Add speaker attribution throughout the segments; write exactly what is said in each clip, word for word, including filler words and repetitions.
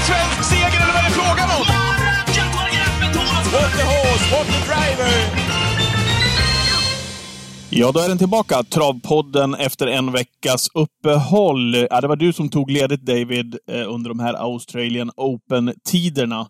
Speaker 1: svensk seger eller vad är det frågan om? What the horse, what the driver! Ja, då är den tillbaka. Travpodden efter en veckas uppehåll. Ja, det var du som tog ledigt, David, under de här Australian Open-tiderna.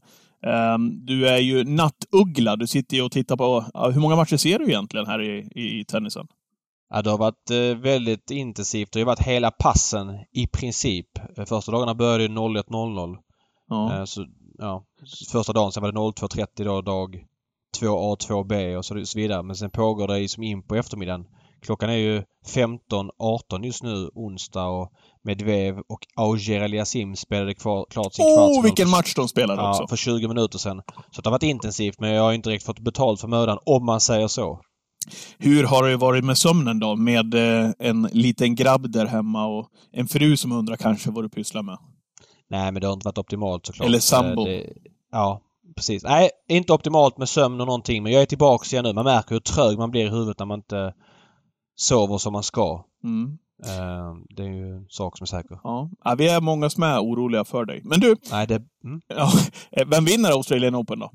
Speaker 1: Du är ju nattuggla. Du sitter ju och tittar på... Ja, hur många matcher ser du egentligen här i, i, i tennisen?
Speaker 2: Ja, det har varit väldigt intensivt. Det har varit hela passen i princip. Första dagarna började noll ett noll noll.
Speaker 3: Ja.
Speaker 2: Så, ja, första dagen sen var det noll två trettio då, dag två A, två B och så vidare. Men sen pågår det som in på eftermiddagen. Klockan är ju femton arton just nu, onsdag, och Medvedev och Auger-Aliassime spelade kvar, klart sin kvartsfinal.
Speaker 3: Åh, vilken match de spelade också.
Speaker 2: Ja, för tjugo minuter sedan. Så det har varit intensivt, men jag har inte riktigt fått betalt för mödan, om man säger så.
Speaker 3: Hur har det varit med sömnen då? Med eh, en liten grabb där hemma och en fru som undrar kanske vad du pysslar med.
Speaker 2: Nej, men det har inte varit optimalt såklart.
Speaker 3: Eller sambo.
Speaker 2: Det, ja, precis. Nej, inte optimalt med sömn och någonting, men jag är tillbaka igen nu. Man märker hur trög man blir i huvudet när man inte sover som man ska.
Speaker 3: Mm.
Speaker 2: Uh, det är ju en sak som är säker.
Speaker 3: Ja. Ja, vi är många som är oroliga för dig. Men du,
Speaker 2: Nej, det, mm.
Speaker 3: ja, vem vinner Australian Open då?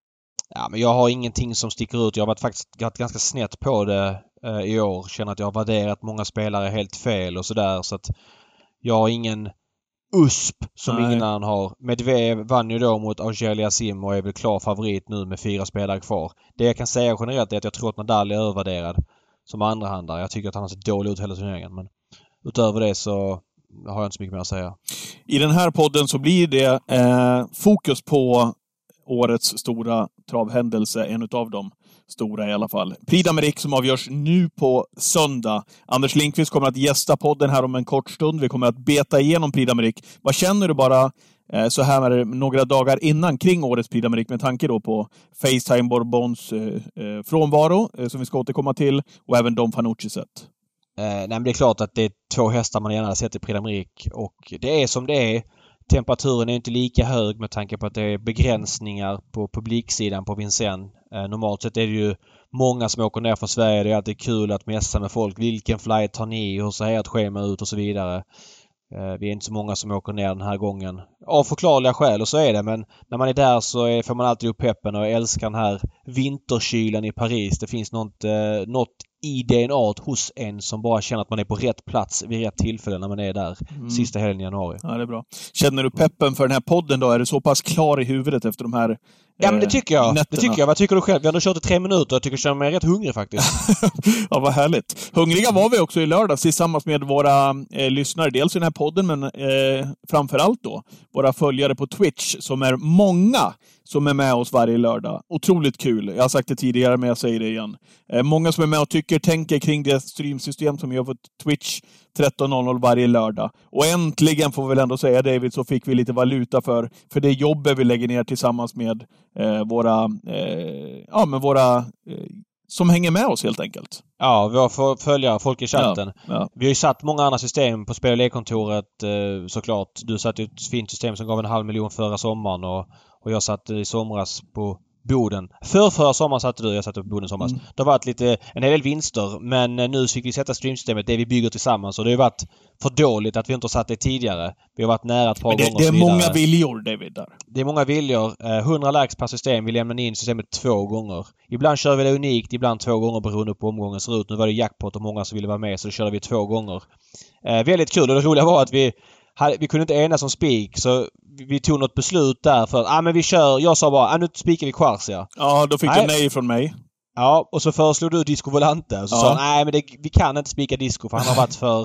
Speaker 2: Ja, men jag har ingenting som sticker ut. Jag har varit faktiskt varit ganska snett på det uh, i år. Känner att jag har värderat många spelare helt fel och sådär. Så att jag har ingen U S P som
Speaker 3: Nej.
Speaker 2: ingen annan har. Medvedev vann ju då mot Auger-Aliassime och är väl klar favorit nu med fyra spelare kvar. Det jag kan säga generellt är att jag tror att Nadal är övervärderad som andrahandare. Jag tycker att han har sett dålig ut hela turneringen. Men utöver det så har jag inte så mycket mer att säga.
Speaker 3: I den här podden så blir det eh, fokus på årets stora travhändelse. En utav dem stora i alla fall. Prix d'Amérique som avgörs nu på söndag. Anders Lindqvist kommer att gästa podden här om en kort stund. Vi kommer att beta igenom Prix d'Amérique. Vad känner du bara eh, så här några dagar innan kring årets Prix d'Amérique med tanke då på FaceTime Bourbons eh, eh, frånvaro eh, som vi ska återkomma till och även Dom Fanucci sett?
Speaker 2: Eh, nej, men det är klart att det är två hästar man gärna har sett i Prix d'Amérique och det är som det är. Temperaturen är inte lika hög med tanke på att det är begränsningar på publiksidan på Vincennes. Eh, normalt sett är det ju många som åker ner från Sverige. Det är alltid kul att mässa med folk. Vilken flight har ni? Hur ser ert schema ut? Och så vidare. Eh, vi är inte så många som åker ner den här gången. Av förklarliga skäl, och så är det. Men när man är där så är, får man alltid upp peppen och älskar den här vinterkylan i Paris. Det finns något, eh, något i D N A hos en som bara känner att man är på rätt plats vid rätt tillfälle när man är där mm. sista helgen i januari.
Speaker 3: Ja, det är bra. Känner du peppen för den här podden då? Är du så pass klar i huvudet efter de här eh,
Speaker 2: Ja, men det tycker jag.
Speaker 3: nätterna?
Speaker 2: Det tycker jag. Vad tycker du själv? Vi har ändå kört i tre minuter. Jag tycker att jag är rätt hungrig faktiskt.
Speaker 3: Ja, vad härligt. Hungriga var vi också i lördags tillsammans med våra eh, lyssnare. Dels i den här podden, men eh, framförallt då våra följare på Twitch som är många som är med oss varje lördag. Otroligt kul. Jag har sagt det tidigare, men jag säger det igen. Eh, många som är med och tycker, tänker kring det streamsystem som vi har på Twitch tretton noll noll varje lördag. Och äntligen får vi väl ändå säga, David, så fick vi lite valuta för, för det jobbet vi lägger ner tillsammans med eh, våra, eh, ja, med våra eh, som hänger med oss helt enkelt.
Speaker 2: Ja, vi har följare, folk i chatten.
Speaker 3: Ja, ja.
Speaker 2: Vi har ju satt många andra system på spel- och lekkontoret eh, såklart. Du satt ett fint system som gav en halv miljon förra sommaren och, och jag satt i somras på Boden. För förra sommaren satte du, jag satte på Boden somras. Mm. Det har varit lite, en hel del vinster, men nu fick vi sätta streamsystemet, det vi bygger tillsammans, och det har varit för dåligt att vi inte har satt det tidigare. Vi har varit nära ett par
Speaker 3: det,
Speaker 2: gånger.
Speaker 3: Det är många viljor, David, där.
Speaker 2: Det är många viljor. hundra likes per system. Vi lämnar in systemet två gånger. Ibland kör vi det unikt, ibland två gånger beroende på omgången ser ut. Nu var det jackpot och många som ville vara med, så då körde vi två gånger. Eh, väldigt kul, och det roliga var att vi hade, vi kunde inte enas som spik, så vi, vi tog något beslut där för att ah, men vi kör, jag sa bara, ah, nu spikar vi Kvarsia.
Speaker 3: Ja, då fick nej. du nej från mig.
Speaker 2: Ja, och så föreslog du Disco Volante, och så ja. sa nej, men det, vi kan inte spika Disco för han har varit för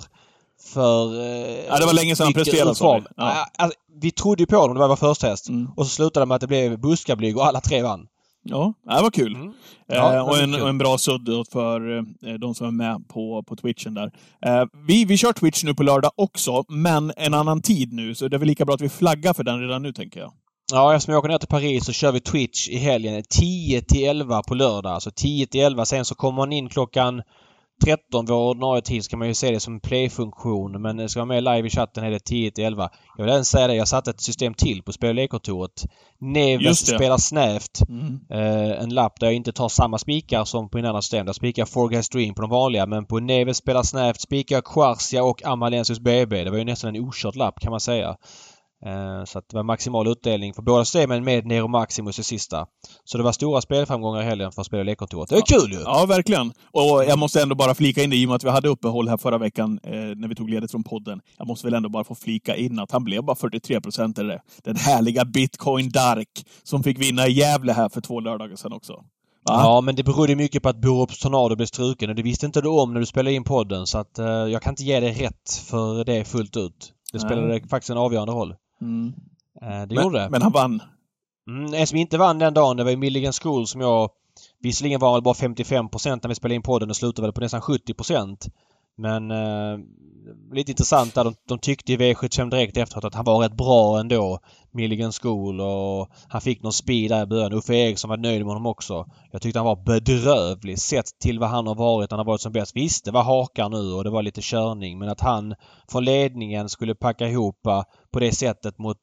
Speaker 2: för eh,
Speaker 3: ja, det var länge sedan han presterade så.
Speaker 2: Ja. Alltså, vi trodde ju på honom, det var vår första häst. Mm. Och så slutade det med att det blev buskablyg och alla tre vann.
Speaker 3: Ja, det var kul. Mm.
Speaker 2: Ja,
Speaker 3: eh, och, en, kul. och en bra sudd för eh, de som är med på, på Twitchen där. Eh, vi, vi kör Twitch nu på lördag också, men en annan tid nu. Så det är väl lika bra att vi flaggar för den redan nu, tänker jag.
Speaker 2: Ja, eftersom jag åker ner till Paris så kör vi Twitch i helgen tio till elva på lördag. Alltså tio till elva, sen så kommer man in klockan tretton vår ordinarie tid, så kan man ju se det som en playfunktion. Men ska man med live i chatten är det tio till elva. Jag vill även säga det, jag satt ett system till på spel- och lekkontoret. Neves spelar snävt. Mm. Eh, en lapp där jag inte tar samma spikar som på en annan system. Där spikar jag Four Guys Dream på de vanliga. Men på Neves spelar snävt spikar jag Kvarsia och Amalensius B B. Det var ju nästan en okört lapp, kan man säga. Så att det var maximal utdelning för båda systemen med Nero Maximus i sista. Så det var stora spelframgångar i helgen för att spela lekkontoret. Det är kul ju!
Speaker 3: Ja, verkligen. Och jag måste ändå bara flika in det i och med att vi hade uppehåll här förra veckan eh, när vi tog ledigt från podden. Jag måste väl ändå bara få flika in att han blev bara fyrtiotre procent eller det. Den härliga Bitcoin Dark som fick vinna i Gävle här för två lördagar sedan också. Va?
Speaker 2: Ja, men det berodde mycket på att Borups Tornado blev struken och det visste inte du om när du spelade in podden så att eh, jag kan inte ge dig rätt för det fullt ut. Det spelade Nej. faktiskt en avgörande roll.
Speaker 3: Mm.
Speaker 2: Eh, det
Speaker 3: men,
Speaker 2: gjorde det.
Speaker 3: Men han vann.
Speaker 2: Mm, en som inte vann den dagen, det var ju Milligan School som jag... Visserligen var det bara femtiofem procent när vi spelade in podden och slutade väl på nästan sjuttio procent. Men eh, lite intressant där. De, de tyckte i V sjuttiofem direkt efteråt att han var rätt bra ändå. Milligan School och han fick någon speed där i början. Uffe Eriksson var nöjd med honom också. Jag tyckte han var bedrövlig sett till vad han har varit. Han har varit som bäst. Visst, det var hakar nu och det var lite körning. Men att han från ledningen skulle packa ihop på det sättet mot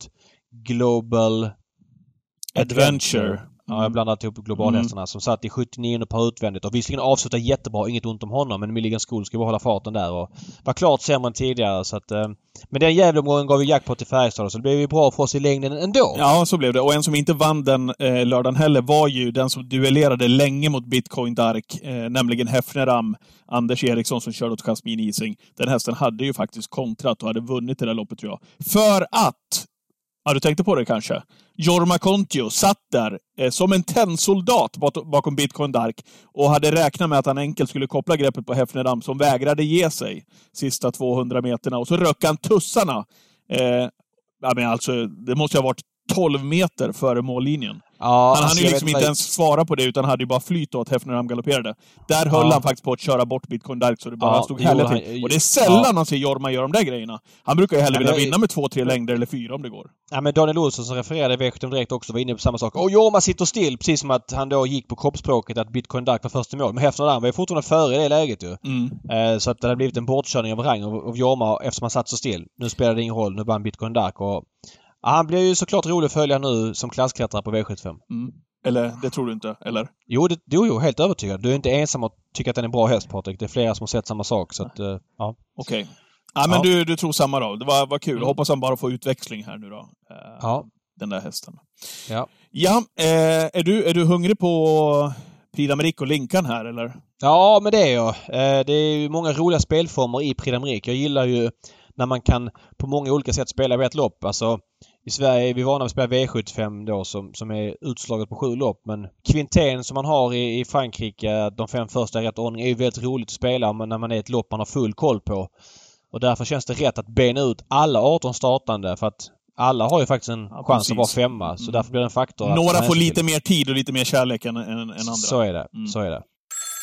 Speaker 2: Global
Speaker 3: Adventure.
Speaker 2: Adventure. Ja, jag har blandat ihop globalhästarna mm. som satt i sjuttionio par utvändigt och visserligen avslutade jättebra, inget ont om honom, men Milligan School ska bara hålla farten där och var klart sämre än tidigare så att eh, men den jävla omgången gav vi jackpot till Färjestad så det blev ju bra för oss i längden ändå.
Speaker 3: Ja, så blev det. Och en som inte vann den eh, lördagen heller var ju den som duellerade länge mot Bitcoin Dark, eh, nämligen Hefneram, Anders Eriksson som körde åt Jasmine Ising. Den hästen hade ju faktiskt kontrat och hade vunnit det där loppet tror jag. För att ja, du tänkte på det kanske. Jorma Kontio satt där eh, som en tennsoldat bak- bakom Bitcoin Dark och hade räknat med att han enkelt skulle koppla greppet på Hefneram som vägrade ge sig sista tvåhundra meterna. Och så röck han tussarna. Eh, ja, men alltså, det måste ha varit tolv meter före mållinjen.
Speaker 2: Ja,
Speaker 3: han
Speaker 2: alltså,
Speaker 3: hann ju liksom inte
Speaker 2: vad...
Speaker 3: ens svara på det utan hade ju bara flyt åt Hefneram galopperade. Där höll ja. han faktiskt på att köra bort Bitcoin Dark så det bara ja, stod härligt till. Han... Och det är sällan ja. man ser Jorma göra de där grejerna. Han brukar ju hellre vilja vinna med två, tre längder eller fyra om det går.
Speaker 2: Ja, men Daniel Olsson som refererade i V sjuttiofem direkt också var inne på samma sak. Och Jorma sitter still, precis som att han då gick på kroppsspråket att Bitcoin Dark var första mål. Men Hefneram var ju fortfarande före i det läget ju. Mm. Eh, så att det hade blivit en bortkörning av rang av, av Jorma eftersom han satt så still. Nu spelar det ingen roll, nu vann Bitcoin Dark och ja, han blir ju såklart rolig att följa nu som klassklättrare på V sjuttiofem.
Speaker 3: Mm. Eller, det tror du inte, eller?
Speaker 2: Jo, det, jo, jo, helt övertygad. Du är inte ensam att tycka att den är en bra häst, Patrik. Det är flera som har sett samma sak, så att, uh, ja.
Speaker 3: Okej. Okay. Ja, men ja. Du, du tror samma då. Det var, var kul. Mm. Hoppas han bara får utväxling här nu då. Uh,
Speaker 2: ja.
Speaker 3: Den där hästen.
Speaker 2: Ja.
Speaker 3: Ja, uh, är, du, är du hungrig på Prix d'Amérique och Linkan här, eller?
Speaker 2: Ja, men det är jag. Uh, det är ju många roliga spelformer i Prix d'Amérique. Jag gillar ju när man kan på många olika sätt spela vid ett lopp. Alltså, i Sverige är vi vana att spela V sjuttiofem då som, som är utslaget på sju lopp. Men Quinten som man har i, i Frankrike, de fem första i rätt ordning, är ju väldigt roligt att spela när man är ett lopp man har full koll på. Och därför känns det rätt att bena ut alla arton startande för att alla har ju faktiskt en ja, chans precis. att vara femma. Så mm. därför blir det en faktor.
Speaker 3: Några får lite mer tid och lite mer kärlek än, än, än andra.
Speaker 2: Så är det. Mm. Så är det.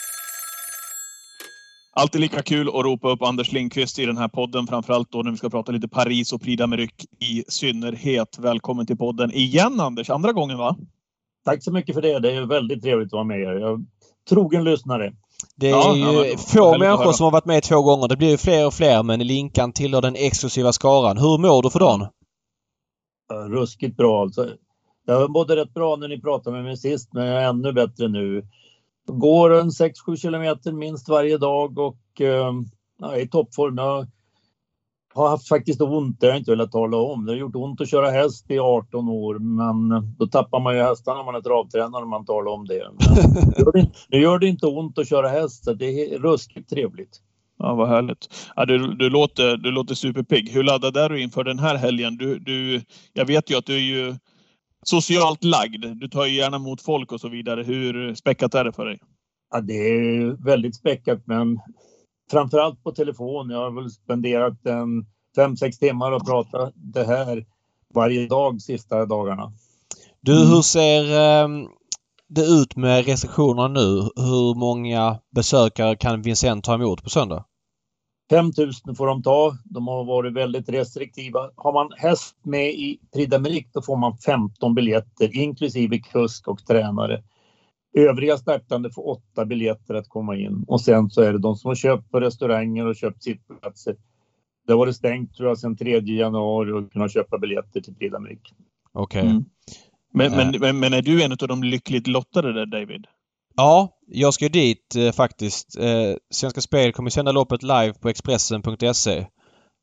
Speaker 3: Alltid lika kul att ropa upp Anders Lindqvist i den här podden. Framförallt då när vi ska prata lite Paris och Prix d'Amérique i synnerhet. Välkommen till podden igen, Anders. Andra gången, va?
Speaker 4: Tack så mycket för det. Det är väldigt trevligt att vara med er. Jag är trogen lyssnare.
Speaker 2: Det är ja, ju ja, få människor som har varit med två gånger. Det blir ju fler och fler, men Linkan tillhör den exklusiva skaran. Hur mår du för dagen?
Speaker 4: Ruskigt bra alltså. Jag mådde rätt bra när ni pratade med mig sist, men jag är ännu bättre nu. Går en sex sju kilometer minst varje dag och eh, ja, är i toppform. Jag har haft faktiskt ont, det har jag inte velat tala om. Det har gjort ont att köra häst i arton år, men då tappar man ju hästarna när man är travtränare och man talar om det. Men nu, gör det nu gör det inte ont att köra häst, så det är ruskigt trevligt.
Speaker 3: Ja, vad härligt. Ja, du, du, låter, du låter superpigg. Hur laddad är du inför den här helgen? Du, du, jag vet ju att du är ju socialt lagd. Du tar ju gärna mot folk och så vidare. Hur späckat är det för dig?
Speaker 4: Ja, det är väldigt späckat, men framförallt på telefon. Jag har väl spenderat en fem sex timmar och pratat det här varje dag sista dagarna.
Speaker 2: Du, hur ser eh, det ut med restriktionerna nu? Hur många besökare kan Vincent ta emot på söndag?
Speaker 4: fem tusen får de ta. De har varit väldigt restriktiva. Har man häst med i Prix d'Amérique då får man femton biljetter inklusive kusk och tränare. Övriga startande får åtta biljetter att komma in. Och sen så är det de som har köpt på restauranger och köpt sittplatser. Det var det stängt tror jag sedan tredje januari och kunna köpa biljetter till Prix d'Amérique.
Speaker 2: Okej. Okay. Mm.
Speaker 3: Men, men, men, men är du en av de lyckligt lottade där, David?
Speaker 2: Ja, jag ska dit eh, faktiskt. Eh, Svenska Spel kommer sända loppet live på Expressen punkt se.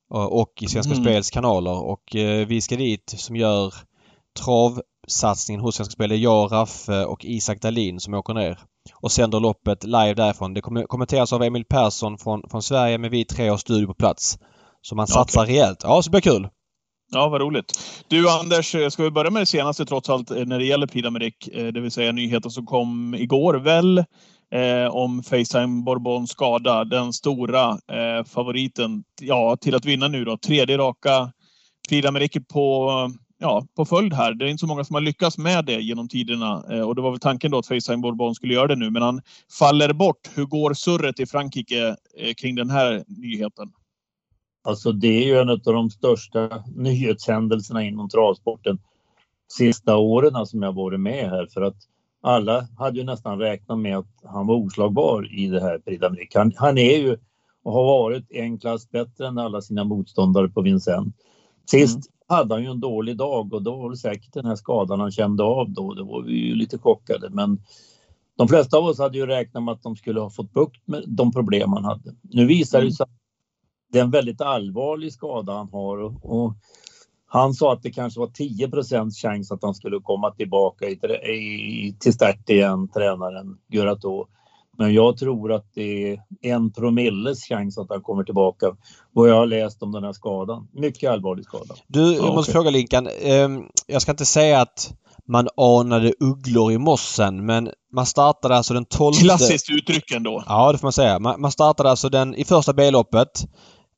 Speaker 2: och i Svenska
Speaker 3: Mm.
Speaker 2: Spels kanaler. Och eh, vi ska dit som gör travsatsningen hos Svenska Spel. Det är jag, Raffe och Isak Dahlin som åker ner och sänder loppet live därifrån. Det kommer kommenteras av Emil Persson från, från Sverige, med vi tre har studio på plats. Så man satsar
Speaker 3: Okej.
Speaker 2: rejält. Ja, så blir det kul.
Speaker 3: Ja, vad roligt. Du Anders, ska vi börja med det senaste trots allt när det gäller Prix d'Amérique, det vill säga nyheten som kom igår väl eh, om Facetime Bourbon skada, den stora eh, favoriten ja, till att vinna nu då. Tredje raka Prix d'Amérique på, ja, på följd här. Det är inte så många som har lyckats med det genom tiderna eh, och det var väl tanken då att Facetime Bourbon skulle göra det nu, men han faller bort. Hur går surret i Frankrike eh, kring den här nyheten?
Speaker 4: Alltså det är ju en av de största nyhetshändelserna inom travsporten sista åren som jag varit med här, för att alla hade ju nästan räknat med att han var oslagbar i det här Prix d'Amérique. Han, han är ju och har varit en klass bättre än alla sina motståndare på Vincennes. Sist mm. hade han ju en dålig dag och då var det säkert den här skadan han kände av då. Det var vi ju lite chockade, men de flesta av oss hade ju räknat med att de skulle ha fått bukt med de problem han hade. Nu visar det sig att det är en väldigt allvarlig skada han har och, och han sa att det kanske var tio procent chans att han skulle komma tillbaka i, i, till start igen, tränaren Gurato. Men jag tror att det är en promilles chans att han kommer tillbaka. Och jag har läst om den här skadan. Mycket allvarlig skada.
Speaker 2: Du, jag måste
Speaker 3: okay.
Speaker 2: fråga Linkan. Jag ska inte säga att man anade ugglor i mossen, men man startade alltså den tolfte...
Speaker 3: Klassiskt uttryck ändå.
Speaker 2: Ja, det får man säga. Man, man startade alltså den i första B-loppet.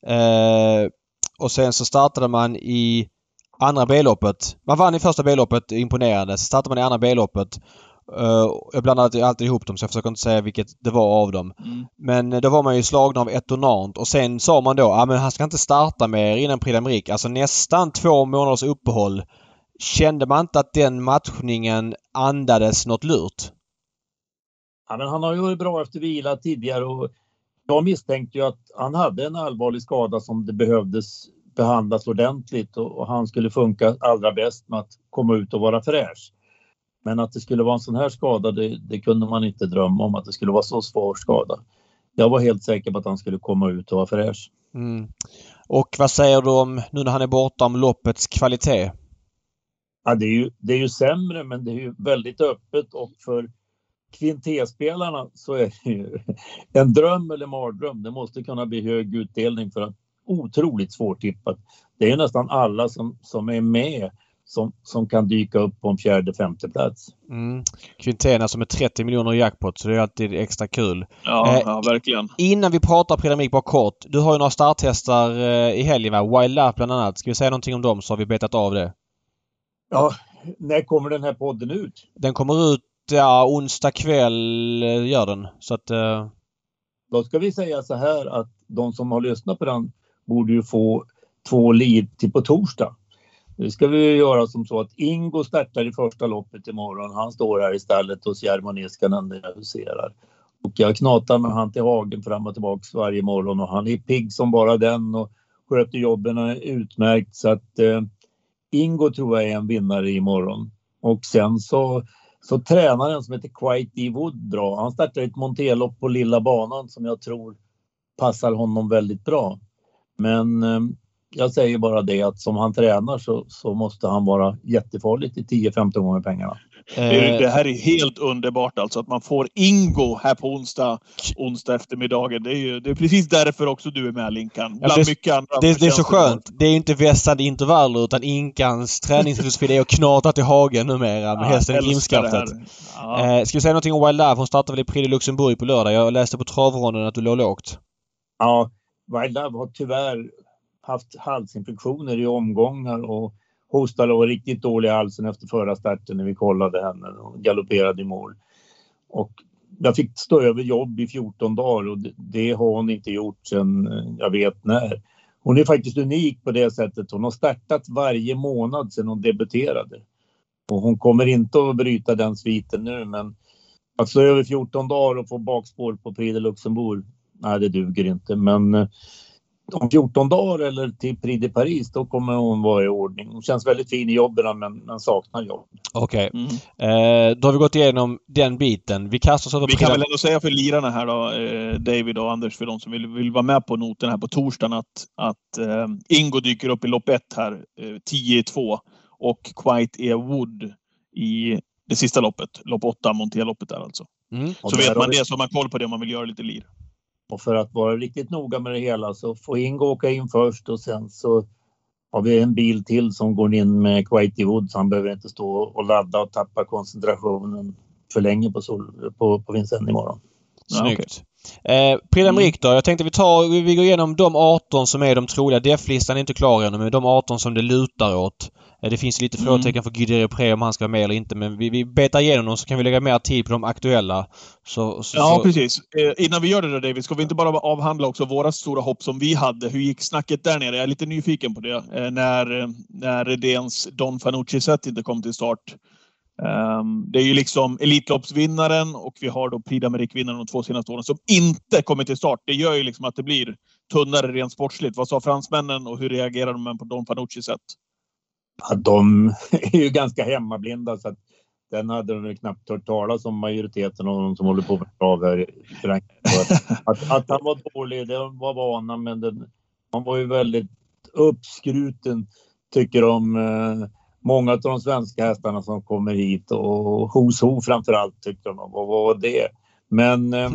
Speaker 2: Eh, och sen så startade man i andra B-loppet. Man vann i första B-loppet, imponerande. Så startade man i andra B-loppet. Uh, jag blandade alltid ihop dem så jag försöker inte säga vilket det var av dem. Mm. Men då var man ju slagna av Etonant och sen sa man då att ah, men han ska inte starta mer innan Prix d'Amérique. Alltså nästan två månaders uppehåll. Kände man inte att den matchningen andades något lurt?
Speaker 4: Ja, men han har ju varit bra efter vila tidigare och jag misstänkte ju att han hade en allvarlig skada som det behövdes behandlas ordentligt och, och han skulle funka allra bäst med att komma ut och vara fräsch. Men att det skulle vara en sån här skada, det, det kunde man inte drömma om, att det skulle vara så svår skada. Jag var helt säker på att han skulle komma ut och vara fräsch.
Speaker 2: Mm. Och vad säger du om, nu när han är borta, om loppets kvalitet?
Speaker 4: Ja, det är ju, det är ju sämre, men det är ju väldigt öppet och för Quintet-spelarna så är det ju en dröm eller mardröm. Det måste kunna bli hög utdelning för att otroligt svårtippat. Det är ju nästan alla som, som är med Som, som kan dyka upp på en fjärde, femte plats.
Speaker 2: Mm. Quintena som är trettio miljoner i jackpot, så det är alltid extra kul.
Speaker 3: Ja,
Speaker 2: eh,
Speaker 3: ja verkligen.
Speaker 2: Innan vi pratar Prix d'Amérique bara kort. Du har ju några starthästar eh, i helgen, va? Wild Love bland annat. Ska vi säga någonting om dem så har vi betat av det.
Speaker 4: Ja, när kommer den här podden ut?
Speaker 2: Den kommer ut, ja, onsdag kväll eh, gör den. Så att... Eh...
Speaker 4: Då ska vi säga så här att de som har lyssnat på den borde ju få två liv till på torsdag. Nu ska vi göra som så att Ingo startar i första loppet imorgon. Han står här i stallet hos Jarmo Niskanen där jag huserar. Och jag knatar med han till hagen fram och tillbaka varje morgon. Och han är pigg som bara den och sköter jobben utmärkt. Så att eh, Ingo tror jag är en vinnare imorgon. Och sen så, så tränaren som heter Quiet D. Wood bra. Han startar ett monterlopp på lilla banan som jag tror passar honom väldigt bra. Men... Eh, Jag säger bara det att som han tränar så, så måste han vara jättefarligt i tio femton gånger pengarna.
Speaker 3: Det, det här är helt underbart alltså att man får Ingo här på onsdag, onsdag eftermiddagen. Det är ju det är precis därför också du är med, Linkan. Bland
Speaker 2: ja, det,
Speaker 3: mycket andra.
Speaker 2: Det, det är så skönt. Det är inte vässade intervaller utan Inkans träningsfilosofi är att knata till hagen numera med ja, hästen i grimskaftet. Ja. Eh, ska vi säga någonting om Wild Love? Hon startade väl i Prix de Luxembourg på lördag. Jag läste på travronden att du låg lågt.
Speaker 4: Ja, Wild Love har tyvärr haft halsinfektioner i omgångar och hostade och riktigt dålig halsen efter förra starten när vi kollade henne och galopperade i mål. Och jag fick stå över jobb i fjorton dagar och det, det har hon inte gjort sedan jag vet när. Hon är faktiskt unik på det sättet. Hon har startat varje månad sedan hon debuterade. Och hon kommer inte att bryta den sviten nu, men att stå över fjorton dagar och få bakspår på Prix de Luxembourg, nej det duger inte. Men om fjorton dagar eller till Prix de Paris, då kommer hon vara i ordning. Hon känns väldigt fin i jobben, men, men saknar jobb.
Speaker 2: Okej. Okay. Mm. Eh, då har vi gått igenom den biten. Vi kastar oss över
Speaker 3: Vi kan väl ändå säga för lirarna här då, eh, David och Anders, för de som vill, vill vara med på noten här på torsdagen, att, att eh, Ingo dyker upp i lopp ett här, eh, tio i två, och Quite E. Wood i det sista loppet, lopp åtta, Monté-loppet där alltså. Mm. Så vet man vi... det, så har man koll på det om man vill göra lite lir.
Speaker 4: Och för att vara riktigt noga med det hela så får Ingo åka in först, och sen så har vi en bil till som går in med Quite Wood, så han behöver inte stå och ladda och tappa koncentrationen för länge på, sol, på, på Vincennes imorgon.
Speaker 2: Snyggt. Ja, okay. eh, Prix d'Amérique då. Jag tänkte vi tar vi, vi går igenom de arton som är de troliga. Def-listan är inte klar ännu, men de arton som det lutar åt. Eh, det finns lite frågetecken mm. för Guy Pré om han ska vara med eller inte, men vi, vi betar igenom dem så kan vi lägga mer tid på de aktuella. Så, så,
Speaker 3: ja,
Speaker 2: så...
Speaker 3: precis. Eh, innan vi gör det då, David, ska vi inte bara avhandla också våra stora hopp som vi hade? Hur gick snacket där nere? Jag är lite nyfiken på det. Eh, när, när Redéns Don Fanucci Set inte kom till start. Um, det är ju liksom Elitloppsvinnaren och vi har då Prix d'Amérique-vinnaren de två senaste åren som inte kommer till start. Det gör ju liksom att det blir tunnare rent sportsligt. Vad sa fransmännen och hur reagerar de på Don Fanucci Set?
Speaker 4: Ja, de är ju ganska hemmablinda, så att den hade de knappt hört talas om, majoriteten av de som håller på med av här i Frankrike. Att, att han var dålig, det var vana, men den, han var ju väldigt uppskruten, tycker de. Eh, många av de svenska hästarna som kommer hit, och hos ho framförallt tyckte de, vad var det? Men eh,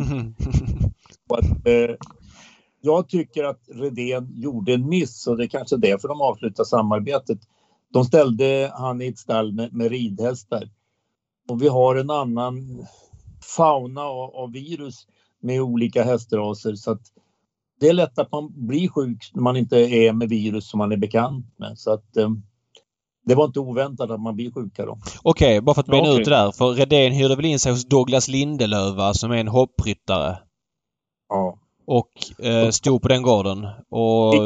Speaker 4: att, eh, jag tycker att Redén gjorde en miss, och det är kanske därför de avslutar samarbetet. De ställde han i ett stall med, med ridhästar. Och vi har en annan fauna av, av virus med olika hästraser, så att det är lätt att man blir sjuk när man inte är med virus som man är bekant med. Så att eh, det var inte oväntat att man blir sjuka då.
Speaker 2: Okej, okay, bara för att bena okay. ut det där. För Redén hyrde väl in sig hos Douglas Lindelöva som är en hoppryttare.
Speaker 4: Ja.
Speaker 2: Och eh, stod på den gården. Och...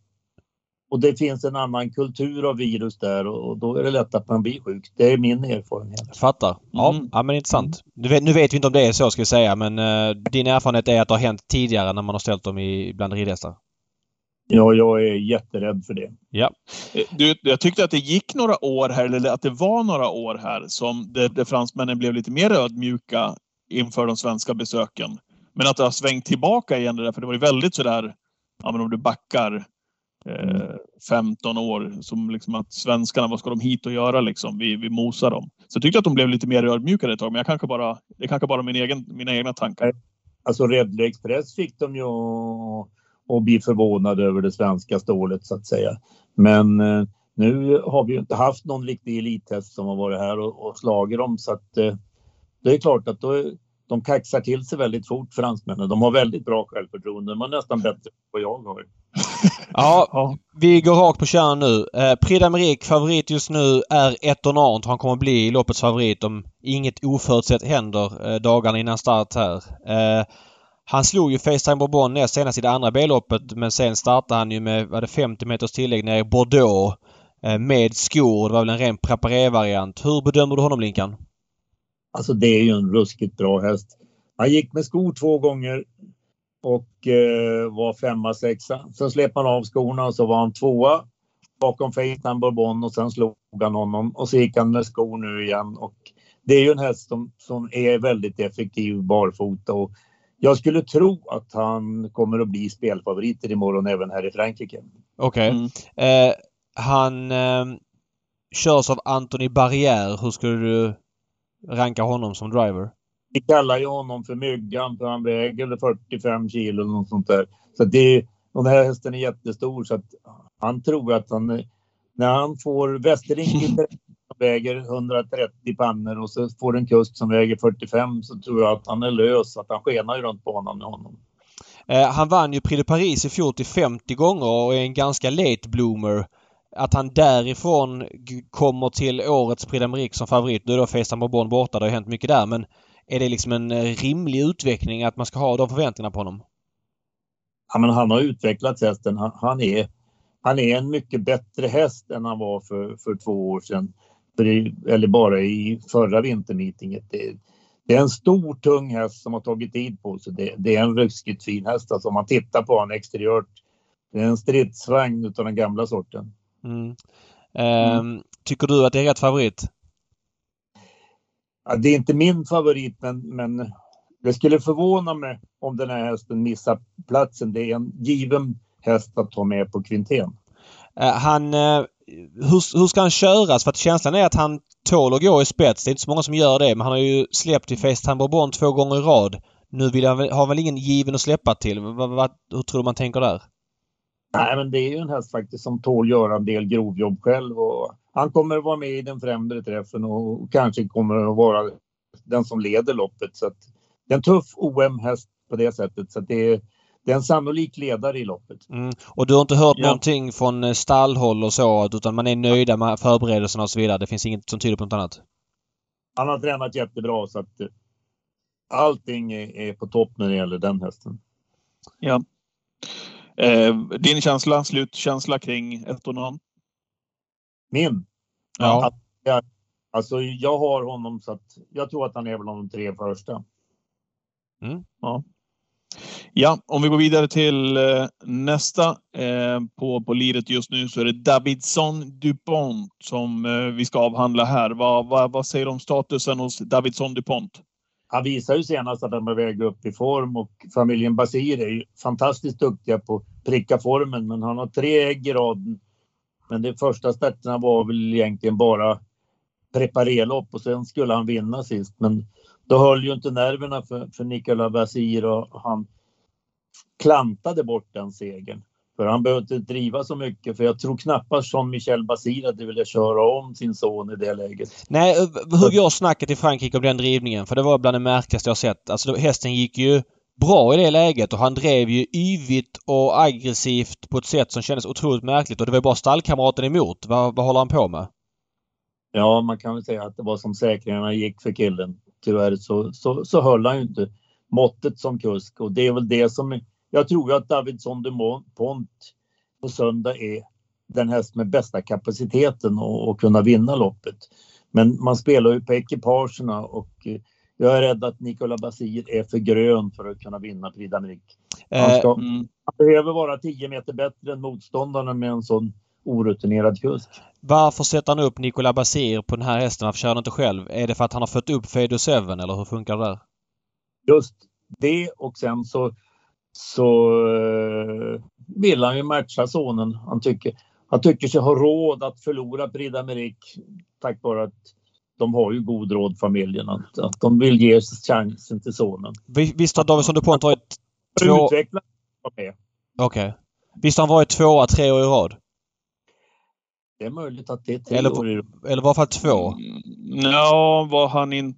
Speaker 4: och det finns en annan kultur av virus där, och då är det lätt att man blir sjuk. Det är min erfarenhet.
Speaker 2: Fattar. Ja, mm. ja men intressant. Nu vet, nu vet vi inte om det är så, ska vi säga. Men eh, din erfarenhet är att det har hänt tidigare när man har ställt dem i bland ridhästar.
Speaker 4: Ja, jag är jätterädd för det.
Speaker 2: Ja.
Speaker 3: Du, jag tyckte att det gick några år här, eller att det var några år här som det, det fransmännen blev lite mer ödmjuka inför de svenska besöken. Men att det har svängt tillbaka igen det där, för det var ju väldigt sådär, ja men om du backar eh, femton år, som liksom att svenskarna, vad ska de hit och göra liksom, vi, vi mosar dem. Så jag tyckte att de blev lite mer ödmjukare ett tag, men jag kanske bara, det är kanske bara min egen, mina egna tankar.
Speaker 4: Alltså Redley Express fick de ju och bli förvånade över det svenska stålet, så att säga. Men eh, nu har vi ju inte haft någon riktig elithäst som har varit här och, och slagit dem, så att eh, det är klart att då, de kaxar till sig väldigt fort, fransmännen. De har väldigt bra självförtroende, man är nästan bättre än vad jag har.
Speaker 2: Ja, ja, vi går rakt på kärnan nu. Eh, Prix d'Amérique favorit just nu är Etonant. Han kommer bli loppets favorit om inget oförutsett händer eh, dagarna innan start här. Eh, Han slog ju Facetime Bourbon näst senast i det andra B-loppet, men sen startade han ju med var det femtio meters tillägg nere i Bordeaux eh, med skor. Det var väl en ren preparé-variant. Hur bedömer du honom, Linkan?
Speaker 4: Alltså det är ju en ruskigt bra häst. Han gick med skor två gånger och eh, var femma, sexa. Sen släppte han av skorna och så var han tvåa bakom Facetime Bourbon, och sen slog han honom och så gick han med skor nu igen. Och det är ju en häst som, som är väldigt effektiv barfota, och jag skulle tro att han kommer att bli spelfavoriter imorgon även här i Frankrike.
Speaker 2: Okej. Okay. Mm. Eh, han eh, körs av Anthony Barrière. Hur skulle du ranka honom som driver?
Speaker 4: Vi kallar ju honom för Myggan, för han väger fyrtiofem kilo eller något sånt där. Så det, den här hästen är jättestor, så att han tror att han, när han får Västerling väger hundratrettio pannor och så får en kust som väger fyrtiofem, så tror jag att han är lös, att han skenar ju runt banan med honom.
Speaker 2: Eh, han vann ju Prix de Paris i fjol till femtio gånger och är en ganska late bloomer. Att han därifrån kommer till årets Prix d'Amérique som favorit, då är då Facetime Bourbon borta, det har hänt mycket där, men är det liksom en rimlig utveckling att man ska ha de förväntningarna på honom?
Speaker 4: Ja, men han har utvecklat hästen. Han, han, är, han är en mycket bättre häst än han var för, för två år sedan. För det, eller bara i förra vintermeetinget. Det, det är en stor, tung häst som har tagit tid på sig. Det, det är en ruskigt fin häst. Alltså om man tittar på honom exteriört det är en stridsvagn utav den gamla sorten.
Speaker 2: Mm. Eh, mm. Tycker du att det är rätt favorit?
Speaker 4: Ja, det är inte min favorit, men, men det skulle förvåna mig om den här hästen missar platsen. Det är en given häst att ta med på kvintén.
Speaker 2: Eh, han, eh, hur, hur ska han köras? För att känslan är att han tål att gå i spets. Det är inte så många som gör det, men han har ju släppt i Facetime Bourbon två gånger i rad. Nu vill han, har väl ingen given att släppa till. Vad, vad, hur tror du man tänker där?
Speaker 4: Nej, men det är ju en häst faktiskt som tål göra en del grovjobb själv. Och han kommer att vara med i den främre träffen och kanske kommer att vara den som leder loppet. Så att det är en tuff O M-häst på det sättet. Så att det är, det är en sannolik ledare i loppet.
Speaker 2: Mm. Och du har inte hört
Speaker 4: ja.
Speaker 2: någonting från stallhåll och så, utan man är nöjda med förberedelserna och så vidare. Det finns inget som tyder på något annat.
Speaker 4: Han har tränat jättebra, så att allting är, är på topp när det gäller den hästen.
Speaker 3: Ja. Eh, din känsla, slutkänsla kring ett och namn?
Speaker 4: Min?
Speaker 2: Ja.
Speaker 4: Att jag, alltså jag har honom så att jag tror att han är bland de tre första.
Speaker 2: Mm.
Speaker 3: Ja. Ja, om vi går vidare till eh, nästa eh, på, på liret just nu, så är det Davidson Dupont som eh, vi ska avhandla här. Vad, vad, vad säger du om statusen hos Davidson Dupont?
Speaker 4: Han visar ju senast att han är väg upp i form, och familjen Basir är ju fantastiskt duktiga på att pricka formen, men han har tre ägg i raden. Men de första starterna var väl egentligen bara preparerlopp och sen skulle han vinna sist. Men då höll ju inte nerverna för, för Nicolas Basir, och han klantade bort den segern. För han behövde inte driva så mycket, för jag tror knappast som Michel Basir att det ville köra om sin son i det läget.
Speaker 2: Nej, hur går snacket i Frankrike om den drivningen? För det var bland det märkligaste jag sett. Alltså hästen gick ju bra i det läget och han drev ju yvigt och aggressivt på ett sätt som kändes otroligt märkligt, och det var bara stallkamraten emot. Vad, vad håller han på med?
Speaker 4: Ja, man kan väl säga att det var som säkringarna gick för killen. Tyvärr så, så, så höll han ju inte måttet som kusk, och det är väl det som jag tror att Davidson Dupont på söndag är den häst med bästa kapaciteten och, och kunna vinna loppet. Men man spelar ju på ekipagerna, och jag är rädd att Nicolas Basir är för grön för att kunna vinna Prix d'Amérique. Han, ska, mm. han behöver vara tio meter bättre än motståndarna med en sån orutinerad kusk.
Speaker 2: Varför sätter han upp Nicolas Basir på den här hästen? Varför kör han inte själv? Är det för att han har fått upp Fado sju, eller hur funkar det där?
Speaker 4: Just det, och sen så så uh, vill han ju matcha sonen. Han tycker, han tycker sig ha råd att förlora Prix d'Amérique tack vare att de har ju god råd, familjen, att, att de vill ge chansen till sonen.
Speaker 2: Visst har Davidson Dupont varit två...
Speaker 4: Utveckla med.
Speaker 2: Okej. Okay. Visst har han varit tvåa tre år i rad?
Speaker 4: Det är möjligt att det är tre
Speaker 2: eller,
Speaker 4: år i rad.
Speaker 2: Eller var fall två?
Speaker 3: Ja, var han inte...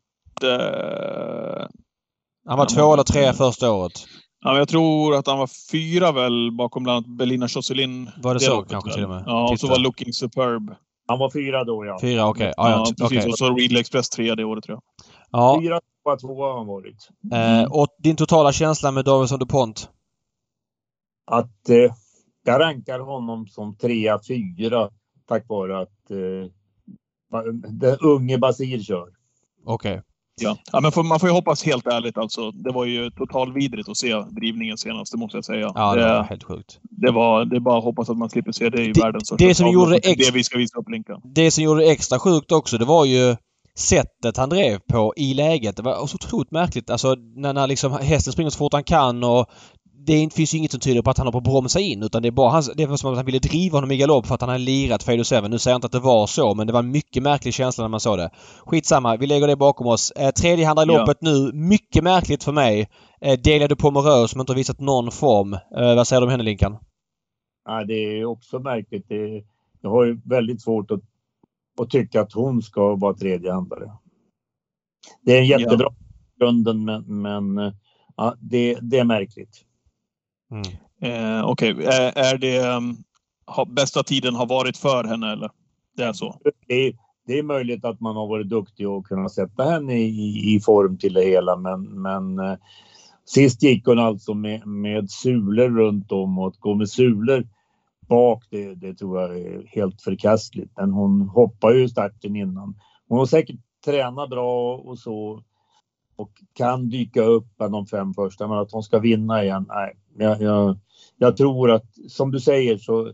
Speaker 2: Han var två eller tre första året.
Speaker 3: Ja, men jag tror att han var fyra väl bakom bland annat Bellina Josselin.
Speaker 2: Var det, det så kanske väl. Till och med?
Speaker 3: Ja, och så var Looking Superb.
Speaker 4: Han var fyra då, ja.
Speaker 2: Fyra, okej. Okay.
Speaker 3: Ja,
Speaker 2: ja,
Speaker 3: ja, precis.
Speaker 2: Okay.
Speaker 3: Och så Readly Express tre det året, tror jag.
Speaker 2: Ja.
Speaker 4: Fyra, två, två har han varit.
Speaker 2: Mm. Eh, och din totala känsla med Davidson Dupont?
Speaker 4: Att eh, jag rankar honom som trea, fyra tack vare att eh, den unge Basir kör.
Speaker 2: Okej. Okay.
Speaker 3: Ja, ja men för, man får ju hoppas helt ärligt alltså. Det var ju totalvidrigt att se drivningen senast, det måste jag säga.
Speaker 2: Ja, det, det var helt sjukt.
Speaker 3: Det var, det är bara att hoppas att man slipper se det i
Speaker 2: det,
Speaker 3: världen.
Speaker 2: Det, det, som gjorde det, ex-
Speaker 3: det vi ska visa upp länken.
Speaker 2: Det som gjorde det extra sjukt också, det var ju sättet han drev på i läget. Det var så otroligt märkligt. Alltså när, när liksom hästen springer så fort han kan, och det finns ju inget som tyder på att han har på att bromsa in, utan det är bara hans, det var som att han ville driva honom i galopp för att han hade lirat Fado sju. Nu säger jag inte att det var så, men det var en mycket märklig känsla när man såg det. Skitsamma, vi lägger det bakom oss. Eh, tredje handla i loppet ja. Nu, mycket märkligt för mig. Eh, delade på Morös som inte har visat någon form. Eh, vad säger du om henne, Linkan?
Speaker 4: Ja, det är också märkligt. Det, jag har ju väldigt svårt att, att tycka att hon ska vara tredje handlare. Det är en jättebra ja. grunden, men, men ja, det, det är märkligt.
Speaker 3: Mm. Eh, Okej, okay. är, är det um, ha, bästa tiden har varit för henne, eller? Det är så?
Speaker 4: Det är, det är möjligt att man har varit duktig och kunna sätta henne i, i form till det hela, men, men eh, sist gick hon alltså med, med sulor runt om, och att gå med sulor bak, det, det tror jag är helt förkastligt. Men hon hoppar ju starten innan. Hon har säkert tränat bra och så, och kan dyka upp bland de fem första, men att hon ska vinna igen, nej, jag, jag, jag tror att, som du säger, så,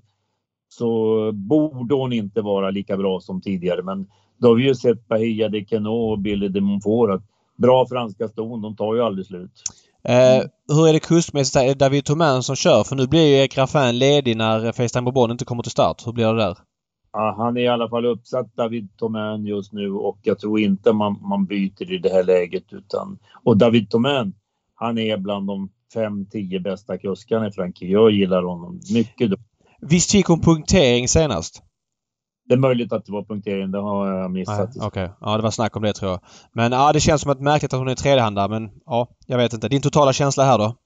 Speaker 4: så borde hon inte vara lika bra som tidigare. Men då har vi ju sett Bahia de Queneau och Billy de Montfort att bra franska ston, de tar ju aldrig slut.
Speaker 2: Eh, hur är det kustmässigt? Är det David Thomain som kör? För nu blir ju Erik Raffin ledig när FaceTime Bourbon inte kommer till start. Hur blir det där?
Speaker 4: Ja, han är i alla fall uppsatt, David Thomain, just nu, och jag tror inte man, man byter i det här läget. Utan, och David Thomain, han är bland de fem tio bästa kuskarna i Frankrike. Jag gillar honom mycket.
Speaker 2: Visst gick hon punktering senast?
Speaker 4: Det är möjligt att det var punktering, det har jag missat.
Speaker 2: Okej, okay. Ja, det var snack om det tror jag. Men ja, det känns som att märkligt att hon är tredjehandare, men ja, jag vet inte. Din totala känsla här då?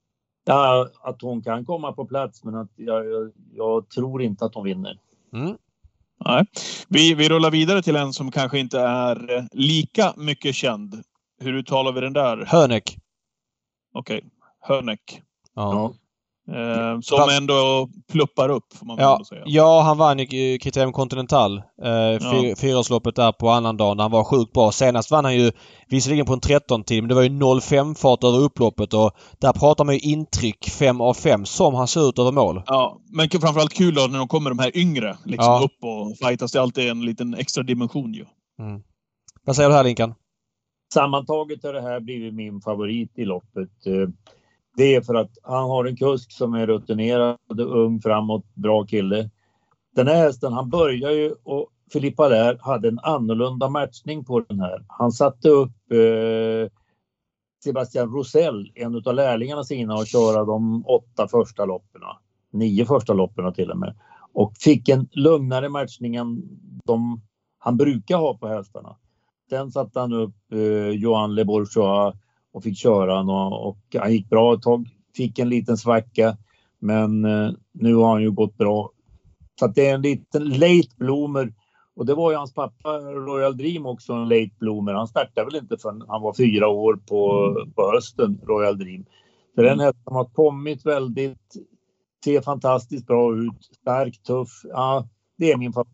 Speaker 4: Ja, att hon kan komma på plats, men att jag, jag, jag tror inte att hon vinner.
Speaker 2: Mm.
Speaker 3: Nej. Vi, vi rullar vidare till en som kanske inte är lika mycket känd. Hur uttalar vi den där?
Speaker 2: Hönek.
Speaker 3: Okej, okay. Hönek.
Speaker 2: Ja.
Speaker 4: Ja.
Speaker 3: Eh, som Va? ändå pluppar upp, får man väl
Speaker 2: ja,
Speaker 3: säga.
Speaker 2: Ja, han vann i Kriterium Continental. Eh,
Speaker 3: ja.
Speaker 2: Fyraårsloppet där på annan dag när han var sjukt bra. Senast vann han ju visserligen på en tretton-tid, men det var ju noll fem fart över upploppet och där pratar man ju intryck fem av fem som han ser ut över mål.
Speaker 3: Ja, men framförallt kul då när de kommer de här yngre liksom
Speaker 2: ja.
Speaker 3: upp och fightas. Det är alltid en liten extra dimension ju.
Speaker 2: Mm. Vad säger du här, Linkan?
Speaker 4: Sammantaget har det här blivit min favorit i loppet. Det är för att han har en kusk som är rutinerad, ung, framåt, bra kille. Den här hästen, han börjar ju, och Philippe Allaire hade en annorlunda matchning på den här. Han satte upp eh, Sebastian Roussel, en av lärlingarna sina, och köra de åtta första loppen. Nio första loppen till och med. Och fick en lugnare matchning än de han brukar ha på hästarna. Sen satte han upp eh, Johan Le Bourgeois och fick köra han och, och han gick bra ett tag. Fick en liten svacka, men eh, nu har han ju gått bra. Så att det är en liten late bloomer. Och det var ju hans pappa Royal Dream också, en late bloomer. Han startade väl inte förrän han var fyra år på, på hösten, Royal Dream. Så den här som har kommit väldigt, ser fantastiskt bra ut. Stark, tuff. Ja, det är min favorit.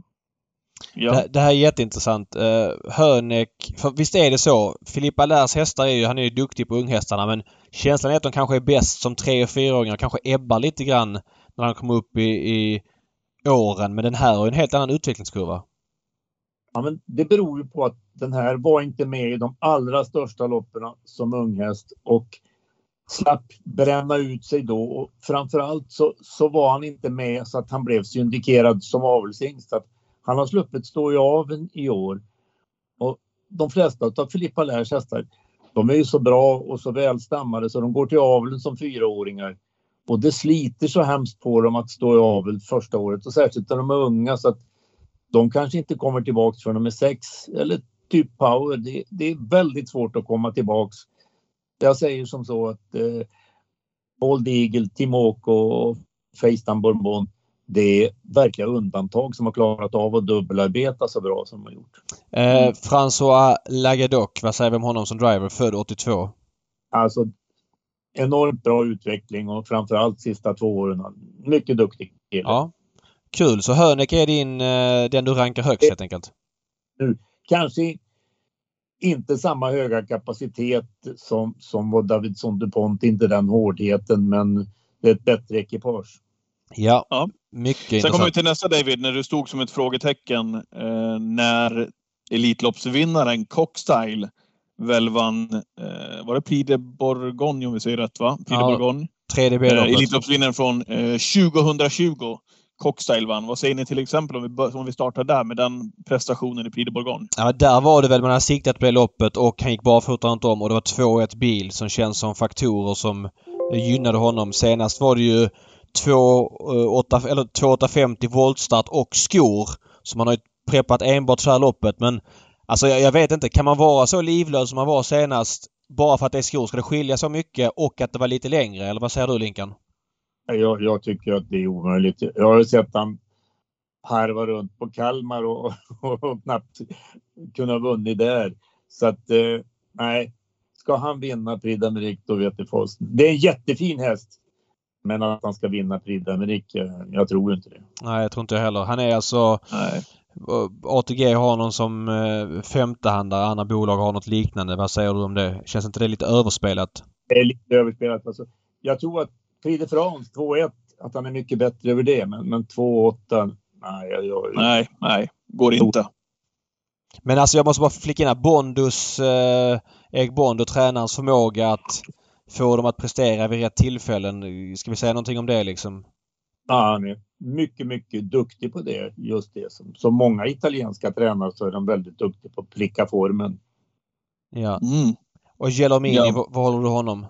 Speaker 2: Ja. Det, det här är jätteintressant. Uh, Hönek, för visst är det så. Philippe Allaires hästar är ju, han är ju duktig på unghästarna, men känslan är att de kanske är bäst som tre- och fyraåringar. Kanske ebbar lite grann när han kommer upp i, i åren. Men den här har en helt annan utvecklingskurva.
Speaker 4: Ja, men det beror ju på att den här var inte med i de allra största loppen som unghäst och slapp bränna ut sig då. Och framförallt så, så var han inte med så att han blev syndikerad som avelshingst. Han har sluppit stå i aveln i år. Och de flesta av Philippe Allaires hästar, de är ju så bra och så välstammade så de går till aveln som fyraåringar. Och det sliter så hemskt på dem att stå i avel första året. Och särskilt när de är unga, så att de kanske inte kommer tillbaka förrän de är sex. Eller typ Power. Det, det är väldigt svårt att komma tillbaka. Jag säger som så att eh, Bold Eagle, Timoko och FaceTime Bourbon, det är verkliga undantag som har klarat av att dubbelarbeta så bra som de har gjort.
Speaker 2: Eh, François Lagedoc, vad säger vi om honom som driver, född åttiotvå?
Speaker 4: Alltså enormt bra utveckling och framförallt sista två åren. Mycket duktig kille.
Speaker 2: Ja, kul. Så Hönek är din, eh, den du rankar högst helt enkelt?
Speaker 4: Nu, kanske inte samma höga kapacitet som, som var Davidson DuPont, inte den hårdheten, men det är ett bättre ekipage.
Speaker 2: Ja,
Speaker 3: ja.
Speaker 2: Mycket
Speaker 3: Sen
Speaker 2: intressant.
Speaker 3: kommer vi till nästa, David, när du stod som ett frågetecken eh, när Elitloppsvinnaren Cockstyle väl vann, eh, var det Prix de Bourgogne om vi säger rätt, va? Prix
Speaker 2: ja,
Speaker 3: de Bourgogne.
Speaker 2: tredje B
Speaker 3: eh, Elitloppsvinnaren från eh, tjugohundratjugo. Cockstyle vann. Vad säger ni till exempel om vi, bör, om vi startar där med den prestationen i Prix de Bourgogne?
Speaker 2: Ja, där var det väl man hade siktat på det loppet och han gick barfota runt om och det var två ett bil som känns som faktorer som gynnade honom. Senast var det ju två åtta femtio voltstart och skor som man har preppat enbart så här loppet. Men alltså jag, jag vet inte, kan man vara så livlös som man var senast bara för att det är skor? Ska det skilja så mycket och att det var lite längre? Eller vad säger du, Linkan?
Speaker 4: Jag, jag tycker att det är omöjligt. Jag har sett han harva runt på Kalmar och, och, och knappt kunna vunnit där. Så att, eh, nej. Ska han vinna Prix d'Amérique, då vet jag först. Det är en jättefin häst. Men att han ska vinna Prix d'Amérique, jag tror inte det.
Speaker 2: Nej, jag tror inte jag heller. Han är alltså...
Speaker 3: Nej.
Speaker 2: A T G har någon som eh, femtehandare. Andra bolag har något liknande. Vad säger du om det? Känns inte det lite överspelat?
Speaker 4: Det är lite överspelat. Alltså, jag tror att Prix de France två ett, att han är mycket bättre över det. Men, men två åtta, nej, jag, jag,
Speaker 3: nej, nej, går inte.
Speaker 2: Men alltså jag måste bara flika in här. Bondus, eh, Erik Bond och tränarens förmåga att få dem att prestera vid rätt tillfällen. Ska vi säga någonting om det liksom?
Speaker 4: Ja, han är mycket, mycket duktig på det. Just det. Som, som många italienska tränare så är de väldigt duktiga på att pricka formen.
Speaker 2: Ja.
Speaker 3: Mm.
Speaker 2: Och Gelomini,
Speaker 3: Ja.
Speaker 2: vad, vad håller du honom?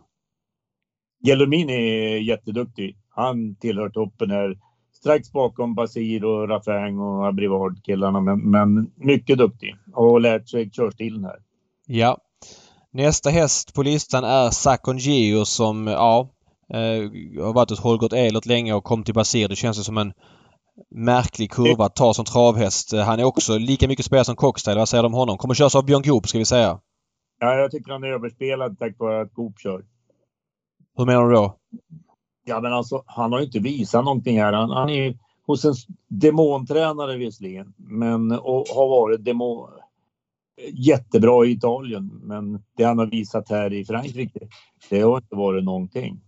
Speaker 4: Gelomini är jätteduktig. Han tillhör toppen här. Strax bakom Basir och Raffin och Abrivard-killarna. Men, men mycket duktig. Och har lärt sig körstilen här.
Speaker 2: Ja. Nästa häst på listan är Sakon Gio som, ja, eh, har varit ett Holgert Ehlert länge och kom till Basir. Det känns som en märklig kurva att ta som travhäst. Han är också lika mycket spelare som Cockstyle. Vad säger de om honom? Kommer köras av Björn Goop, ska vi säga.
Speaker 4: Ja, jag tycker han är överspelad tack vare att Goop kör.
Speaker 2: Hur menar du då?
Speaker 4: Ja, men alltså, han har ju inte visat någonting här. Han, han är hos en demontränare visserligen. Men, och har varit demon, jättebra i Italien. Men det han har visat här i Frankrike, det har inte varit någonting.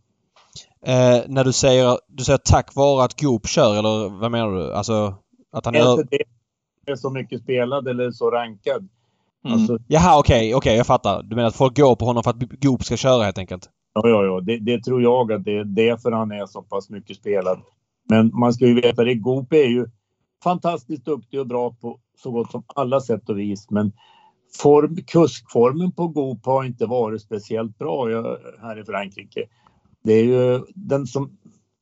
Speaker 2: Eh, när du säger, du säger tack vare att Goop kör, eller vad menar du? Alltså att han
Speaker 4: är...
Speaker 2: är...
Speaker 4: Inte det är så mycket spelad eller så rankad.
Speaker 2: Mm.
Speaker 4: Alltså...
Speaker 2: Jaha, okej, okay, okej, okay, jag fattar. Du menar att folk går på honom för att Goop ska köra helt enkelt?
Speaker 4: Ja, ja, ja. Det, det tror jag att det är därför han är så pass mycket spelad. Men man ska ju veta det, Goop är ju fantastiskt duktig och bra på så gott som alla sätt och vis. Men form, kuskformen på Goop har inte varit speciellt bra här i Frankrike. Det är ju den som,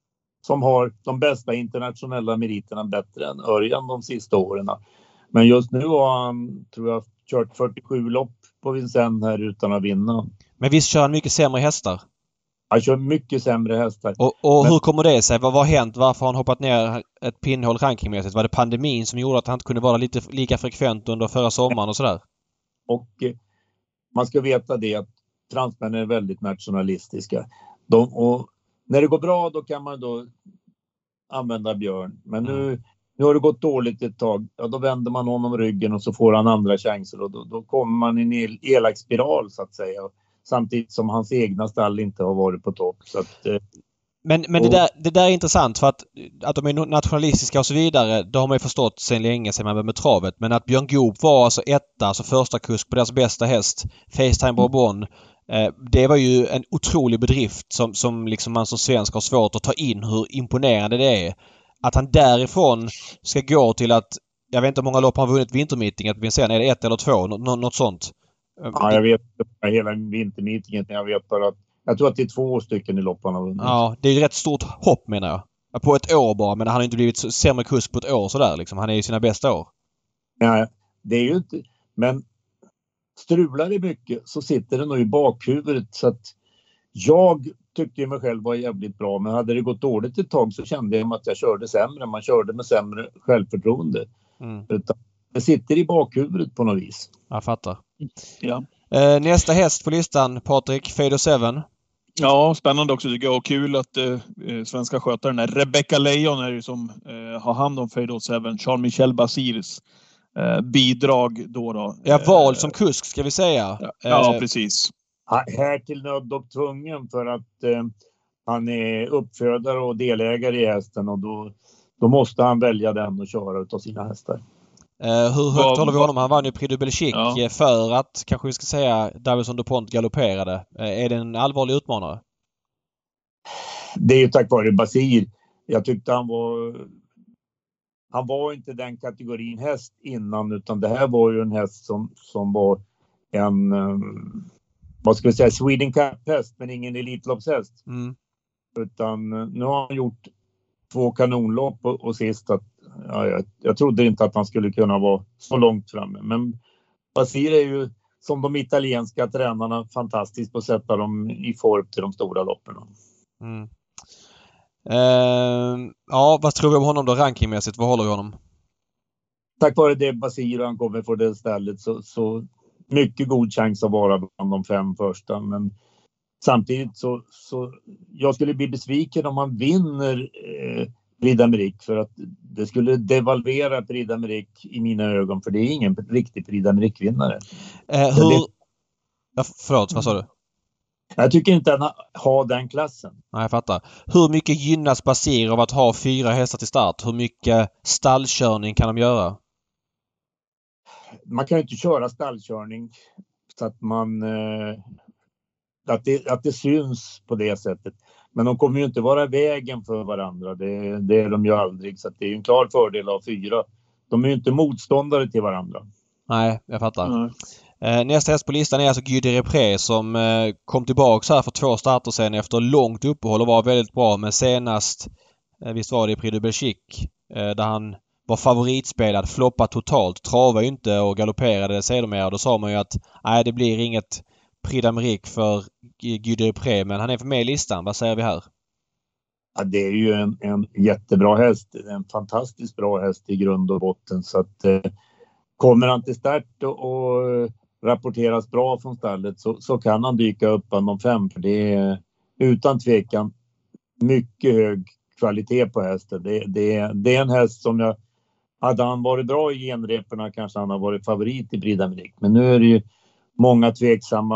Speaker 4: som har de bästa internationella meriterna bättre än Örjan de sista åren. Men just nu har han, tror jag, kört fyrtiosju lopp på Vincennes här utan att vinna.
Speaker 2: Men visst kör han mycket sämre hästar?
Speaker 4: Han kör mycket sämre hästar.
Speaker 2: Och, och
Speaker 4: Men...
Speaker 2: hur kommer det sig? Vad, vad har hänt? Varför har han hoppat ner ett pinnhål rankingmässigt? Var det pandemin som gjorde att han inte kunde vara lite lika frekvent under förra sommaren och sådär?
Speaker 4: Och eh, man ska veta det att fransmännen är väldigt nationalistiska. De, och när det går bra då kan man då använda Björn. Men nu, nu har det gått dåligt ett tag. Ja, då vänder man honom ryggen och så får han andra chanser. Och då, då kommer man i en el, elak spiral så att säga. Samtidigt som hans egna stall inte har varit på topp. Så att, eh,
Speaker 2: men men
Speaker 4: och...
Speaker 2: det, där, det där är intressant för att, att de är nationalistiska och så vidare. Det har man ju förstått sedan länge sedan man började med travet. Men att Björn Goop var alltså etta, alltså första kusk på deras bästa häst. Facetime Bourbon. Eh, det var ju en otrolig bedrift som, som liksom man som svensk har svårt att ta in hur imponerande det är. Att han därifrån ska gå till att, jag vet inte hur många lopp han har vunnit vintermeeting, att vi sen är det ett eller två, något, något sånt.
Speaker 4: Ja, jag vet inte hela vintermeetingen. Jag vet bara att jag tror att det är två stycken i lopp han har vunnit.
Speaker 2: Ja, det är ju rätt stort hopp menar jag. På ett år bara, men han har inte blivit sämre kusk på ett år sådär liksom. Han är ju sina bästa år.
Speaker 4: Nej, det är ju inte, men strular det mycket så sitter det nog i bakhuvudet så att jag tyckte mig själv var jävligt bra, men hade det gått dåligt ett tag så kände jag att jag körde sämre. Man körde med sämre självförtroende. Mm. Utan det sitter i bakhuvudet på något vis.
Speaker 2: Jag fattar.
Speaker 3: Ja.
Speaker 2: Eh, nästa häst på listan, Patrik, Fado Seven.
Speaker 3: Ja, spännande också tycker jag. Och kul att eh, svenska skötaren är Rebecca Lejon är ju som eh, har hand om Fado Seven. Jean-Michel Basirs eh, bidrag då då.
Speaker 2: Ja, val som kusk ska vi säga.
Speaker 3: Ja, ja eh, precis.
Speaker 4: Här till nöd och tvungen för att eh, han är uppfödare och delägare i hästen och då, då måste han välja den och köra utav sina hästar.
Speaker 2: Uh, hur högt va, håller vi honom? Han vann ju Prix du Belgique ja. för att, kanske vi ska säga, Davison DuPont galopperade. Uh, är det en allvarlig utmanare?
Speaker 4: Det är ju tack vare Basir. Jag tyckte han var... Han var inte den kategorin häst innan, utan det här var ju en häst som, som var en... Um, vad ska vi säga? Sweden Cup-häst, men ingen elitloppshäst. Mm. Utan nu har han gjort två kanonlopp och, och sist att ja, jag, jag trodde inte att han skulle kunna vara så långt framme. Men Basir är ju som de italienska tränarna fantastiskt på att sätta dem i form till de stora loppen.
Speaker 2: Mm. Uh, ja, vad tror vi om honom då rankingmässigt? Vad håller vi honom?
Speaker 4: Tack vare det Basir han kommer för det stället så, så mycket god chans att vara bland de fem första. Men samtidigt så, så jag skulle bli besviken om man vinner eh, Prix d'Amérique för att det skulle devalvera Prix d'Amérique i mina ögon, för det är ingen riktig Prix d'Amérique-vinnare.
Speaker 2: Eh, hur... Ja, förlåt, vad sa du?
Speaker 4: Jag tycker inte att han har den klassen.
Speaker 2: Nej, jag fattar. Hur mycket gynnas Basir av att ha fyra hästar till start? Hur mycket stallkörning kan de göra?
Speaker 4: Man kan ju inte köra stallkörning så att man eh, att, det, att det syns på det sättet. Men de kommer ju inte vara i vägen för varandra. Det, det är de ju aldrig. Så att det är ju en klar fördel av fyra. De är ju inte motståndare till varandra.
Speaker 2: Nej, jag fattar.
Speaker 3: Mm.
Speaker 2: Eh, nästa häst på listan är alltså Guy de Repré som eh, kom tillbaka här för två starter sen efter långt uppehåll och var väldigt bra. Men senast, eh, visst var det i Prix de Belgique, eh, där han var favoritspelad, floppade totalt, travade ju inte och galopperade sedermera. Då sa man ju att nej, det blir inget Prix d'Amérique för Guy de Repré, men han är för med i listan. Vad säger vi här?
Speaker 4: Ja, det är ju en, en jättebra häst. En fantastiskt bra häst i grund och botten. Så att eh, kommer han till start och, och rapporteras bra från stallet så, så kan han dyka upp bland de fem. För det är utan tvekan mycket hög kvalitet på hästen. Det, det, det är en häst som jag... Hade han varit bra i genreporna kanske han har varit favorit i Prix d'Amérique. Men nu är det ju många tveksamma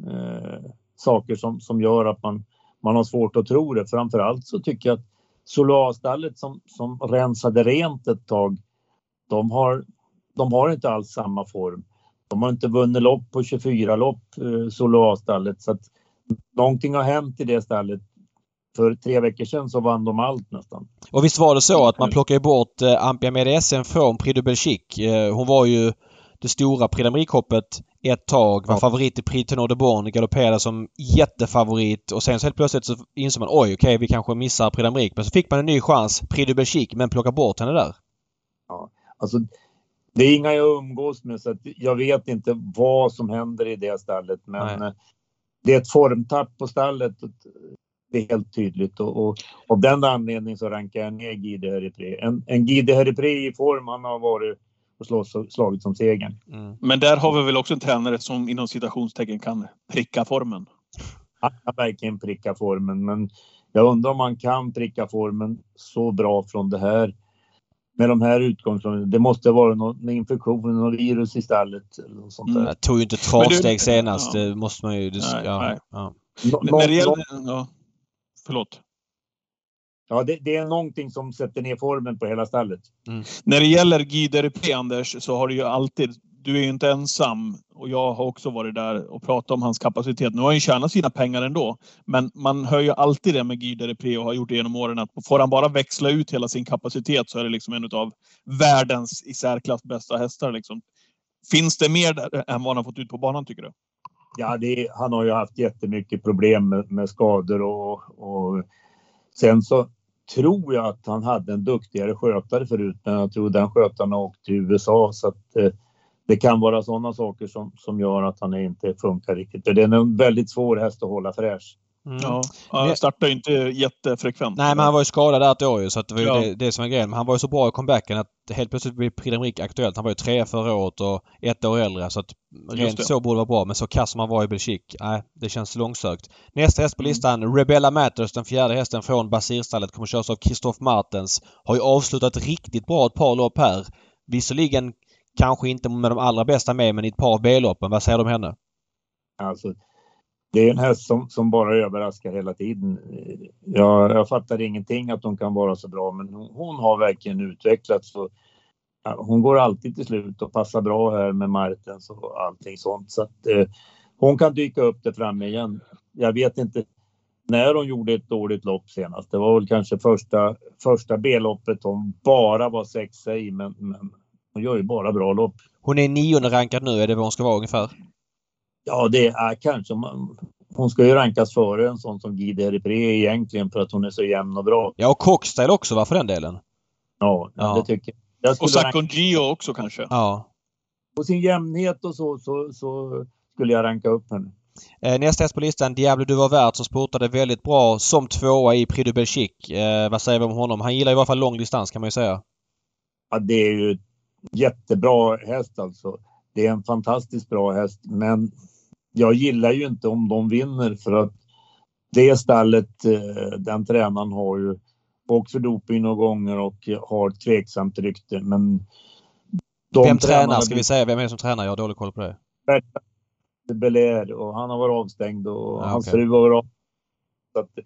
Speaker 4: eh, saker som, som gör att man, man har svårt att tro det. Framförallt så tycker jag att Solar-stallet som, som rensade rent ett tag, de har, de har inte alls samma form. De har inte vunnit lopp på tjugofyra lopp, eh, Solar-stallet. Så att någonting har hänt i det stallet. För tre veckor sedan så vann de allt nästan.
Speaker 2: Och visst var det så att man plockade bort eh, Ampia med S M från Prix de Belgique. Eh, hon var ju det stora Prix d'Amérique-hoppet ett tag, var ja. favorit i Prix Tenor de Born, galopperade som jättefavorit och sen så helt plötsligt så insåg man oj, okej, okay, vi kanske missar Prix d'Amérique. Men så fick man en ny chans, Prix de Belgique, men plocka bort henne där.
Speaker 4: Ja, alltså det är inga jag umgås med så att jag vet inte vad som händer i det stallet, men Nej. det är ett formtapp på stallet. Det är helt tydligt och, och av den anledningen så rankar jag ner Guy de Repré. En, en Guy de Repré i form han har varit och slås, slagit som segern.
Speaker 3: Mm. Men där har vi väl också en tränare som inom citationstecken kan pricka formen.
Speaker 4: Han kan verkligen pricka formen, men jag undrar om man kan pricka formen så bra från det här med de här utgångslägena. Det måste vara någon infektion, någon virus i stallet eller något sånt där.
Speaker 2: Mm, jag tog ju inte travsteg senast, ja. Det måste man ju... Det,
Speaker 3: nej,
Speaker 2: ja,
Speaker 3: nej.
Speaker 2: Ja.
Speaker 4: Nå,
Speaker 3: när det gäller... Ja. Förlåt.
Speaker 4: Ja, det, det är någonting som sätter ner formen på hela stallet.
Speaker 3: Mm. När det gäller Guy de Repré, Anders, så har du ju alltid... Du är ju inte ensam. Och jag har också varit där och pratat om hans kapacitet. Nu har han ju tjänat sina pengar ändå. Men man hör ju alltid det med Guy de Repré och har gjort det genom åren. Att får han bara växla ut hela sin kapacitet så är det liksom en av världens i särklass bästa hästar. Liksom. Finns det mer där än vad han har fått ut på banan, tycker du?
Speaker 4: Ja, det, han har ju haft jättemycket problem med, med skador och, och sen så tror jag att han hade en duktigare skötare förut, men jag tror den skötaren har åkt till U S A så att eh, det kan vara sådana saker som, som gör att han inte funkar riktigt. Det är en väldigt svår häst att hålla fräsch.
Speaker 3: Mm. Ja, han startar ju inte jättefrekvent.
Speaker 2: Nej, men han var ju skadad där ett år ju, så att det var ju ja. det, det som var grejen. Men han var ju så bra i comebacken att helt plötsligt blev Prix d'Amérique aktuellt. Han var ju tre förra året och ett år äldre, så att rent så borde vara bra. Men så kass som han var i Belgique, nej, det känns långsökt. Nästa häst på listan, mm. Rebella Matters, den fjärde hästen från Basirstallet, kommer köras av Christophe Martens. Har ju avslutat riktigt bra ett par lopp här. Visserligen kanske inte med de allra bästa med, men i ett par B-loppen. Vad säger du om henne?
Speaker 4: Alltså, det är en häst som, som bara överraskar hela tiden. Jag, jag fattar ingenting att hon kan vara så bra, men hon, hon har verkligen utvecklats. Och, ja, hon går alltid till slut och passar bra här med Martens och allting sånt. Så att eh, hon kan dyka upp det framme igen. Jag vet inte när hon gjorde ett dåligt lopp senast. Det var väl kanske första, första B-loppet hon bara var sexa i, men, men hon gör ju bara bra lopp.
Speaker 2: Hon är nionde rankad nu, är det vad hon ska vara ungefär?
Speaker 4: Ja, det är kanske... Man, hon ska ju rankas före en sån som Guy de Repré egentligen för att hon är så jämn och bra.
Speaker 2: Ja, och Cockstyle också, va, för den delen?
Speaker 4: Ja, ja. det tycker jag. jag
Speaker 3: och Sakon Gio också kanske.
Speaker 2: Ja.
Speaker 4: På sin jämnhet och så, så, så skulle jag ranka upp henne.
Speaker 2: Eh, nästa häst på listan, Diablo du var värd, som sportade väldigt bra som tvåa i Prix de Belgique. Eh, vad säger vi om honom? Han gillar i alla fall lång distans, kan man ju säga.
Speaker 4: Ja, det är ju jättebra häst alltså. Det är en fantastiskt bra häst, men jag gillar ju inte om de vinner för att det stallet, den tränaren har ju åkt för doping några gånger och har tveksamt rykte, men
Speaker 2: de vem tränar, ska vi säga? Vem är det som tränar? Jag har dålig koll på det.
Speaker 4: Belair och han har varit avstängd och
Speaker 2: ah,
Speaker 4: hans
Speaker 2: okay.
Speaker 4: fru har varit avstängd.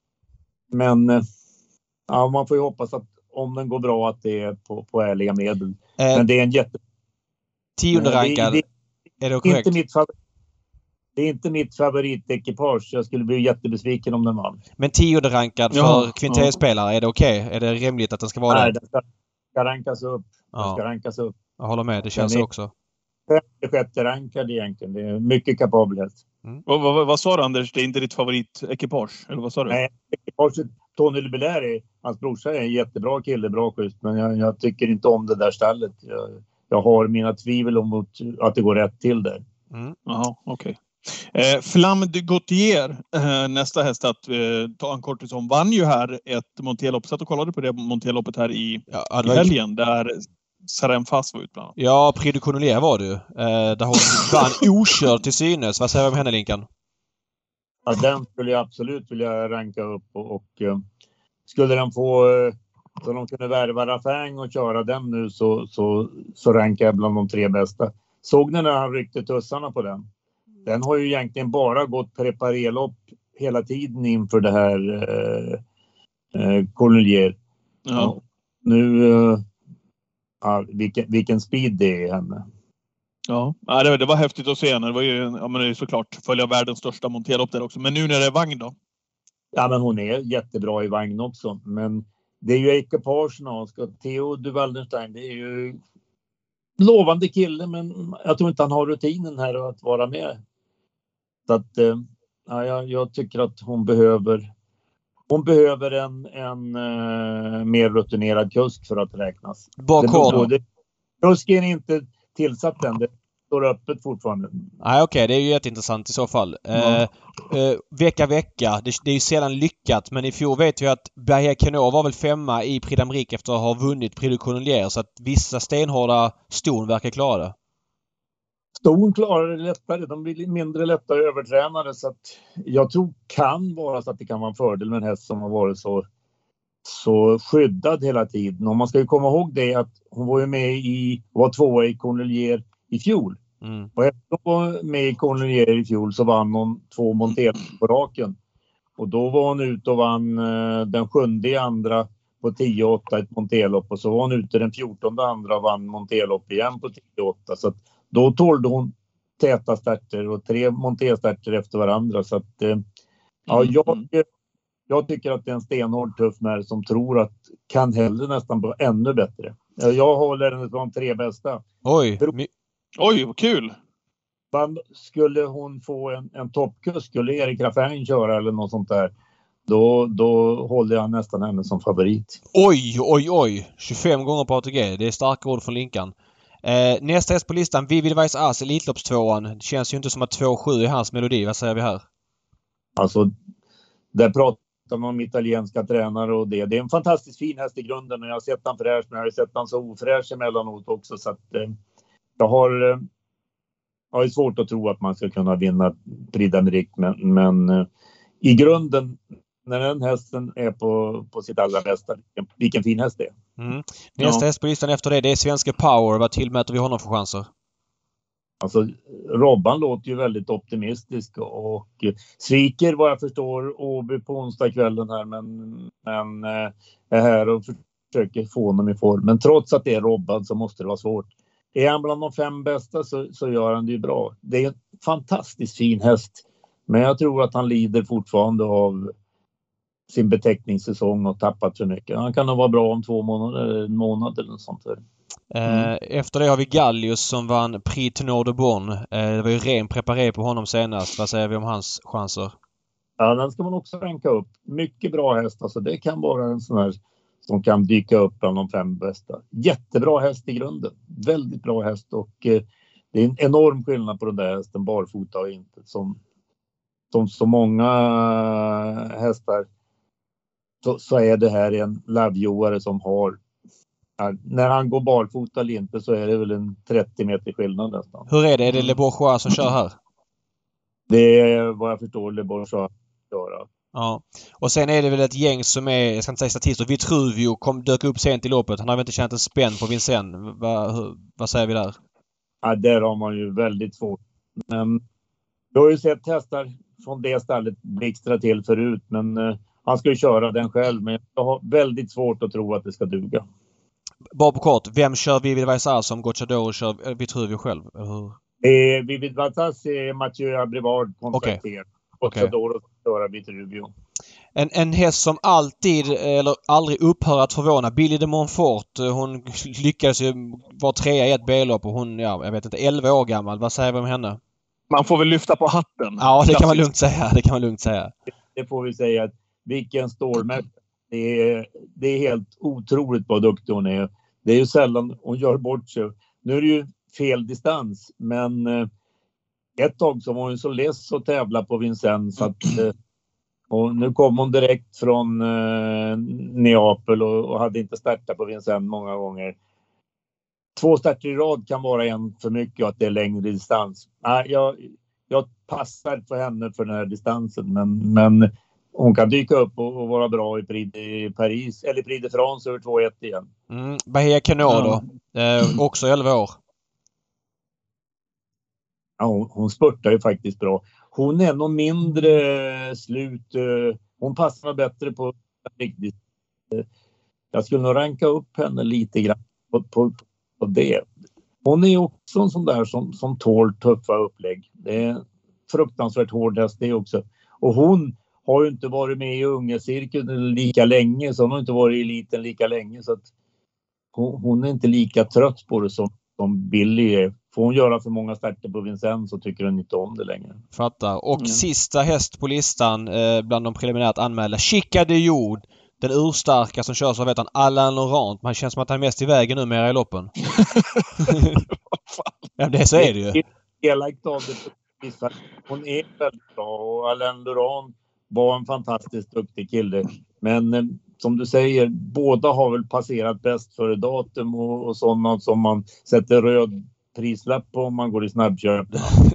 Speaker 4: Men ja, man får ju hoppas att om den går bra att det är på, på ärliga medel. Eh, Men det är en jätte...
Speaker 2: Tionde rankad. Det, det, är det korrekt?
Speaker 4: Inte mitt favorit. Det är inte mitt favoritekipage. Jag skulle bli jättebesviken om den vann.
Speaker 2: Men tionde rankad för ja, Quintero-spelare, ja. Är det okej? Okay? Är det rimligt att den ska vara
Speaker 4: Nej,
Speaker 2: det?
Speaker 4: Den ska, ska rankas upp. Den
Speaker 2: ja.
Speaker 4: ska rankas upp.
Speaker 2: Jag håller med, det känns också.
Speaker 4: Femte, sjätte rankad egentligen. Det är mycket kapabelhet.
Speaker 3: Mm. Vad, vad, vad sa du, Anders? Det är inte ditt favoritekipage? Eller vad sa du?
Speaker 4: Nej, ekipaget Tony Lebelair, hans brorsa, är en jättebra kille, bra schysst. Men jag, jag tycker inte om det där stället. Jag, jag har mina tvivel om att det går rätt till där.
Speaker 3: Mm. Jaha, okej. Okay. Eh, Flamme de Gautier, eh, nästa häst att eh, ta en kortison, vann ju här ett Montelopp. Satt och kollade på det Monteloppet här i, ja, i helgen där Saren Fass var utblandad.
Speaker 2: Ja, Prix du Cornelier var det ju. Eh, där hon vann okörd till synes. Vad säger du om henne, Linkan?
Speaker 4: Ja, den skulle jag absolut vilja ranka upp och, och uh, skulle den få uh, så de kunde värva Raffang och köra den nu så, så, så rankar jag bland de tre bästa. Såg ni när han ryckte tussarna på den? Den har ju egentligen bara gått preparerlopp hela tiden inför det här uh, uh, Cornelier.
Speaker 3: Ja.
Speaker 4: Ja, nu uh, ja, vilken, vilken speed det är i henne.
Speaker 3: Ja, ja det, det var häftigt att se. Det var ju, ja, men det är såklart följa världens största monterlopp där också. Men nu när det är vagn då?
Speaker 4: Ja, men hon är jättebra i vagn också. Men det är ju ekipagen. Ska Theo de Waldenstein, det är ju lovande kille, men jag tror inte han har rutinen här att vara med. Så att ja, jag, jag tycker att hon behöver hon behöver en, en uh, mer rutinerad kusk för att räknas.
Speaker 2: Bakom.
Speaker 4: Kusken är inte tillsatt än. Det står öppet fortfarande.
Speaker 2: Nej, okej. Okay. Det är ju jätteintressant i så fall. Mm. Eh, eh, vecka, vecka. Det, det är ju sällan lyckat. Men i fjol vet vi att Berger Kenor var väl femma i Prix d'Amérique efter att ha vunnit Prix du Cornelier. Så att vissa stenhårda ston verkar klara det.
Speaker 4: Ston klarar det lättare. De blir mindre lättare övertränade. Så att jag tror kan vara så att det kan vara en fördel med en häst som har varit så så skyddad hela tiden. Och man ska ju komma ihåg det att hon var ju med i, var tvåa i Cornelier i fjol. Mm. Och efter hon var med i Cornelier i fjol så vann hon två Montelopp på raken. Och då var hon ute och vann uh, den sjunde i andra på tio åtta ett Montelopp. Och så var hon ute den fjortonde andra och vann Montelopp igen på tio åtta. Så att då tålde hon täta starter och tre Monté-starter efter varandra. Så att uh, ja, jag... Jag tycker att det är en stenhård tuff med som tror att kan hellre nästan bli ännu bättre. Jag håller den som tre bästa.
Speaker 2: Oj,
Speaker 3: My... Oj, vad kul!
Speaker 4: Man, skulle hon få en, en toppkurs, skulle Erik Raffin köra eller något sånt där, då, då håller jag nästan henne som favorit.
Speaker 2: Oj, oj, oj! tjugofem gånger på A T G. Det är starka ord från Linkan. Eh, nästa häst på listan, Vivid Weiss Ass, Elitloppstvåan. Det känns ju inte som att två sju är hans melodi. Vad säger vi här?
Speaker 4: Alltså, där pratar om italienska tränare och det. Det är en fantastiskt fin häst i grunden och jag har sett han fräsch, men jag har sett han så ofräsch emellanåt också så att eh, jag har eh, jag har svårt att tro att man ska kunna vinna Prix d'Amérique, men, men eh, i grunden när den hästen är på, på sitt allra bästa, vilken, vilken fin häst det är.
Speaker 2: Mm. Nästa ja. häst på listan efter det, det är Svenska Power. Vad tillmäter vi honom för chanser?
Speaker 4: Alltså, Robban låter ju väldigt optimistisk och sviker vad jag förstår Åby på onsdagskvällen här, men, men är här och försöker få honom i form. Men trots att det är Robban så måste det vara svårt. Är han bland de fem bästa så, så gör han det ju bra. Det är en fantastiskt fin häst, men jag tror att han lider fortfarande av sin beteckningssäsong och tappat för mycket. Han kan nog vara bra om två månader, en månad eller något sånt där.
Speaker 2: Mm. Efter det har vi Gallius som vann Prix Tenor de Bon. Det var ju ren preparé på honom senast. Vad säger vi om hans chanser?
Speaker 4: Ja, den ska man också ranka upp. Mycket bra häst. Alltså det kan vara en sån här som kan dyka upp bland de fem bästa. Jättebra häst i grunden. Väldigt bra häst och eh, det är en enorm skillnad på den där hästen barfota och inte. Som, som så många hästar så, så är det här en lavjoare som har Ja, när han går barfota eller inte så är det väl en trettio meter skillnad nästan.
Speaker 2: Hur är det? Är det Le Bourgeois som kör här?
Speaker 4: Det är vad jag förstår Le Bourgeois köra.
Speaker 2: Ja. Och sen är det väl ett gäng som är, jag ska inte säga statister, Vitruvio kom, dök upp sent i loppet. Han har väl inte känt en spänn på Vincennes. Va, hur, vad säger vi där?
Speaker 4: Ja, där har man ju väldigt svårt. Men Du har ju sett hästar från det stället blixtra till förut, men uh, han ska ju köra den själv. Men jag har väldigt svårt att tro att det ska duga.
Speaker 2: Bara på kort, vem kör Vivid Vaisar som Gocciadoro kör Vitruvio själv? Hur?
Speaker 4: Eh, Vivid Vaisar är Mathieu Abrivard kontrakterad.
Speaker 2: Okay.
Speaker 4: Gocciadoro ska köra Vitruvio.
Speaker 2: En, en häst som alltid, eller aldrig upphör att förvåna. Billy de Montfort, hon lyckades ju vara trea i ett B-lopp och hon, ja, jag vet inte, elva år gammal. Vad säger vi om henne?
Speaker 3: Man får väl lyfta på hatten.
Speaker 2: Ja, det kan man lugnt säga. Det kan man lugnt säga.
Speaker 4: Det, det får vi säga. Vilken stålmästare. Det är, det är helt otroligt vad duktig hon är. Det är ju sällan hon gör bort sig. Nu är det ju fel distans, men eh, ett tag så var hon så less att tävla på Vincennes så att eh, och nu kom hon direkt från eh, Neapel och, och hade inte startat på Vincennes många gånger. Två starter i rad kan vara en för mycket och att det är längre distans. Nej, jag, jag passar för henne för den här distansen, men, men hon kan dyka upp och, och vara bra i Prix de Paris eller Prix de France över två ett igen.
Speaker 2: Mm. Bahia Canot då? Eh, också elva år.
Speaker 4: Ja, hon, hon spurtar ju faktiskt bra. Hon är nog mindre slut. Hon passar bättre på riktigt. Jag skulle nog ranka upp henne lite grann på, på, på det. Hon är också en sån där som, som tål tuffa upplägg. Det är fruktansvärt hård häst det också. Och hon har ju inte varit med i unga cirkeln lika länge, så hon har inte varit i eliten lika länge, så att hon, hon är inte lika trött på det som, som Billy är. Får hon göra för många starter på Vincennes så tycker hon inte om det längre.
Speaker 2: Fattar. Och
Speaker 3: Mm.
Speaker 2: sista häst på listan eh, bland de preliminärt anmälda. Chica de Jord. Den urstarka som körs av vet han, Alain Laurent. Man känns som att han är mest i vägen nu med i loppen. Ja, det så är det ju.
Speaker 4: Elakt av det. Hon är väldigt bra och Alain Laurent var en fantastiskt duktig kille. Men eh, som du säger, båda har väl passerat bäst före datum och, och sådana som man sätter röd prislapp på om man går i snabbköp.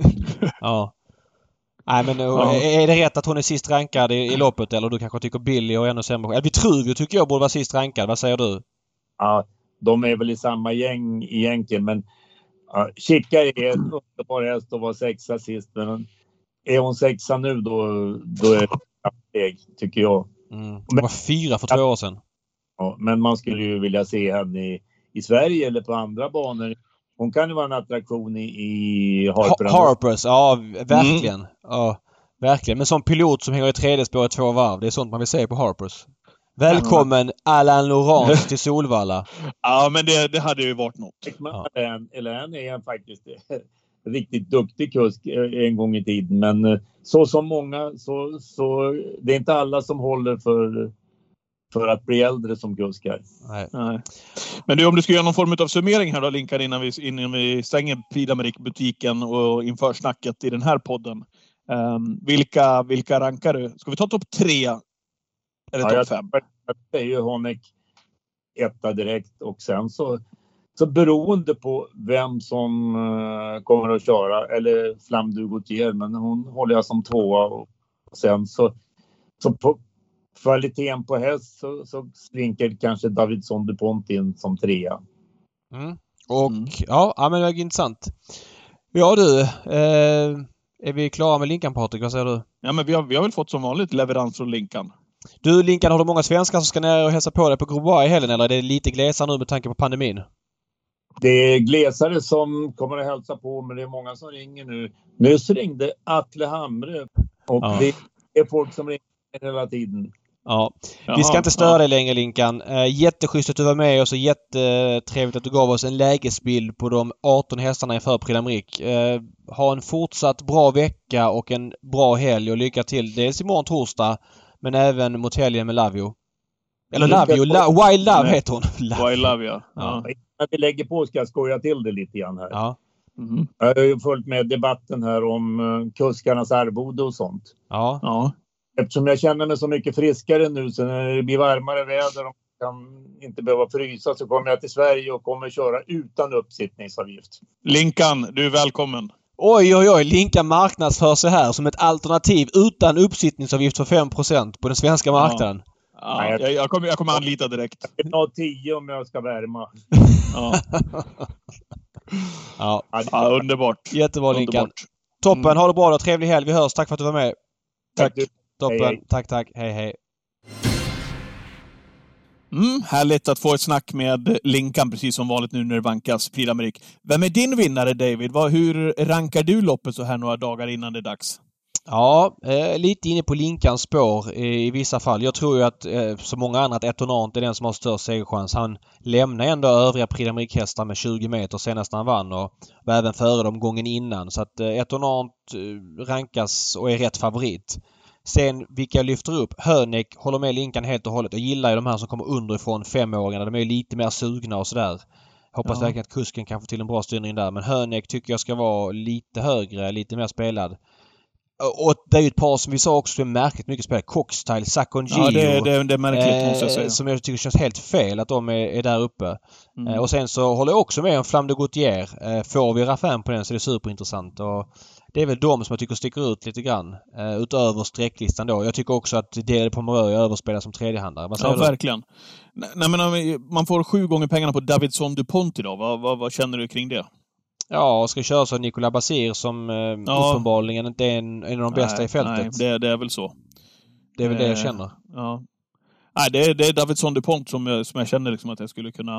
Speaker 2: Ja. Nej, men
Speaker 3: Ja.
Speaker 2: är det rätt att hon är sist rankad i, i loppet eller du kanske tycker Billy och ännu sämre? Eller Vitruvio tycker jag borde vara sist rankad. Vad säger du?
Speaker 4: Ja, de är väl i samma gäng egentligen, men ja, Chica är en underbar häst att vara sexa sist, men är hon sexa nu då, då är det steg, tycker jag.
Speaker 2: Mm. Hon var fyra för två år sedan.
Speaker 4: Ja, men man skulle ju vilja se henne i, i Sverige eller på andra banor. Hon kan ju vara en attraktion i, i Harper.
Speaker 2: Ha- Harpers, ja verkligen. Mm. Ja, verkligen. Men som pilot som hänger i tredje spåret två varv, det är sånt man vill se på Harpers. Välkommen Alain Laurent till Solvalla.
Speaker 3: Ja, men det, det hade ju varit något.
Speaker 4: Ja. Eller han är han faktiskt riktigt duktig kusk en gång i tiden. Men så som många, så, så det är inte alla som håller för, för att bli äldre som kuskar.
Speaker 2: Nej.
Speaker 3: Nej. Men du, om du ska göra någon form av summering här då, Linkan, innan vi, innan vi stänger Prix d'Amérique-butiken och inför snacket i den här podden. Um, vilka, vilka rankar du? Ska vi ta topp tre? Eller
Speaker 4: ja,
Speaker 3: topp fem?
Speaker 4: Det är ju Honeck etta direkt och sen så, så beroende på vem som uh, kommer att köra, eller Flamme du Gautier, men hon håller jag som tvåa och sen så, så på kvaliteten på häst så, så slinker kanske Davidson Dupont in som trea.
Speaker 2: Mm. Och
Speaker 3: Mm.
Speaker 2: ja, ja, men det är intressant. Ja du, eh, är vi klara med Linkan, Patrik? Vad säger du?
Speaker 3: Ja, men vi har, vi har väl fått som vanligt leverans från Linkan.
Speaker 2: Du Linkan, har du många svenskar som ska ner och hälsa på dig på Grosbois i helgen eller är det lite glesare nu med tanke på pandemin?
Speaker 4: Det är glesare som kommer att hälsa på, men det är många som ringer nu. Nyss ringde Atle Hamre och
Speaker 2: Ja.
Speaker 4: det är folk som ringer hela tiden.
Speaker 2: Ja,
Speaker 3: Jaha,
Speaker 2: vi ska inte störa
Speaker 3: ja.
Speaker 2: dig längre Linkan. Eh, jätteschysst att du var med och så jättetrevligt att du gav oss en lägesbild på de arton hästarna inför Prix d'Amérique. Eh, ha en fortsatt bra vecka och en bra helg och lycka till. Dels imorgon torsdag men även mot helgen med Lavio. Eller
Speaker 4: Lycka
Speaker 2: Lavio,
Speaker 4: till.
Speaker 2: La- Wild Love
Speaker 4: Nej.
Speaker 2: heter hon.
Speaker 3: Why love you?
Speaker 2: Ja.
Speaker 3: Ja.
Speaker 4: När vi lägger på ska jag skoja till det lite grann här.
Speaker 2: Ja.
Speaker 3: Mm.
Speaker 4: Jag har ju följt med debatten här om uh, kuskarnas arvode och sånt.
Speaker 2: Ja.
Speaker 3: Ja.
Speaker 4: Eftersom jag känner mig så mycket friskare nu så när det blir varmare väder och kan inte behöva frysa så kommer jag till Sverige och kommer köra utan uppsittningsavgift.
Speaker 3: Linkan, du är välkommen.
Speaker 2: Oj, oj, oj. Linkan marknadsför sig här som ett alternativ utan uppsittningsavgift för fem procent på den svenska marknaden.
Speaker 3: Ja, jag, jag, kommer, jag kommer anlita direkt.
Speaker 4: Jag vill ha tio om jag ska värma.
Speaker 3: Ja,
Speaker 2: Ja,
Speaker 4: Ja, det-
Speaker 3: ja underbart.
Speaker 2: jättebra Linkan.
Speaker 3: Underbart.
Speaker 2: Toppen,
Speaker 3: Mm.
Speaker 2: ha det bra då. Trevlig helg. Vi hörs. Tack för att du var med.
Speaker 4: Tack.
Speaker 2: Toppen.
Speaker 4: Hej, hej.
Speaker 2: Tack, tack. Hej, hej.
Speaker 3: Mm, härligt att få ett snack med Linkan, precis som vanligt nu när det vankas Prix d'Amérique. Vem är din vinnare, David? Vad, hur rankar du loppet så här några dagar innan det är dags?
Speaker 2: Ja, eh, lite inne på Linkans spår i, i vissa fall. Jag tror ju att, eh, som många andra, att Etonant är den som har störst segerchans. Han lämnar ändå övriga Prix d'Amérique-hästar med tjugo meter senast när han vann och var även före dem gången innan. Så att eh, Etonant eh, rankas och är rätt favorit. Sen vilka jag lyfter upp. Hönek håller med Linkan helt och hållet. Jag gillar ju de här som kommer underifrån femåringarna. De är lite mer sugna och sådär. Hoppas
Speaker 3: Ja.
Speaker 2: verkligen att kusken kan få till en bra styrning där. Men Hönek tycker jag ska vara lite högre, lite mer spelad. Och det är ju ett par som vi sa också som är märkligt mycket spelade. Cockstyle, Sakon Gio.
Speaker 3: Ja, det, det, det är märkligt, måste jag säga.
Speaker 2: Eh, som jag tycker känns helt fel att de är, är där uppe.
Speaker 3: Mm.
Speaker 2: Eh, och sen så håller jag också med om Flamme de Gautier. Eh, får vi Raffin på den så är det superintressant. Och det är väl de som jag tycker sticker ut lite grann. Eh, utöver sträcklistan då. Jag tycker också att Dele Pomereux är överspelad som tredjehandlare. Vad säger
Speaker 3: Ja,
Speaker 2: du?
Speaker 3: verkligen. Nej, men man får sju gånger pengarna på Davidson DuPont idag. Vad, vad, vad känner du kring det?
Speaker 2: Ja, och ska köra så Nicolas Basir som eh,
Speaker 3: Ja.
Speaker 2: uppenbarligen inte är en, en av de bästa
Speaker 3: nej,
Speaker 2: i fältet.
Speaker 3: Nej, det, det är väl så.
Speaker 2: Det är väl
Speaker 3: eh,
Speaker 2: det jag känner.
Speaker 3: Ja. Nej, det är, det är Davidson DuPont som jag, som jag känner liksom att jag skulle kunna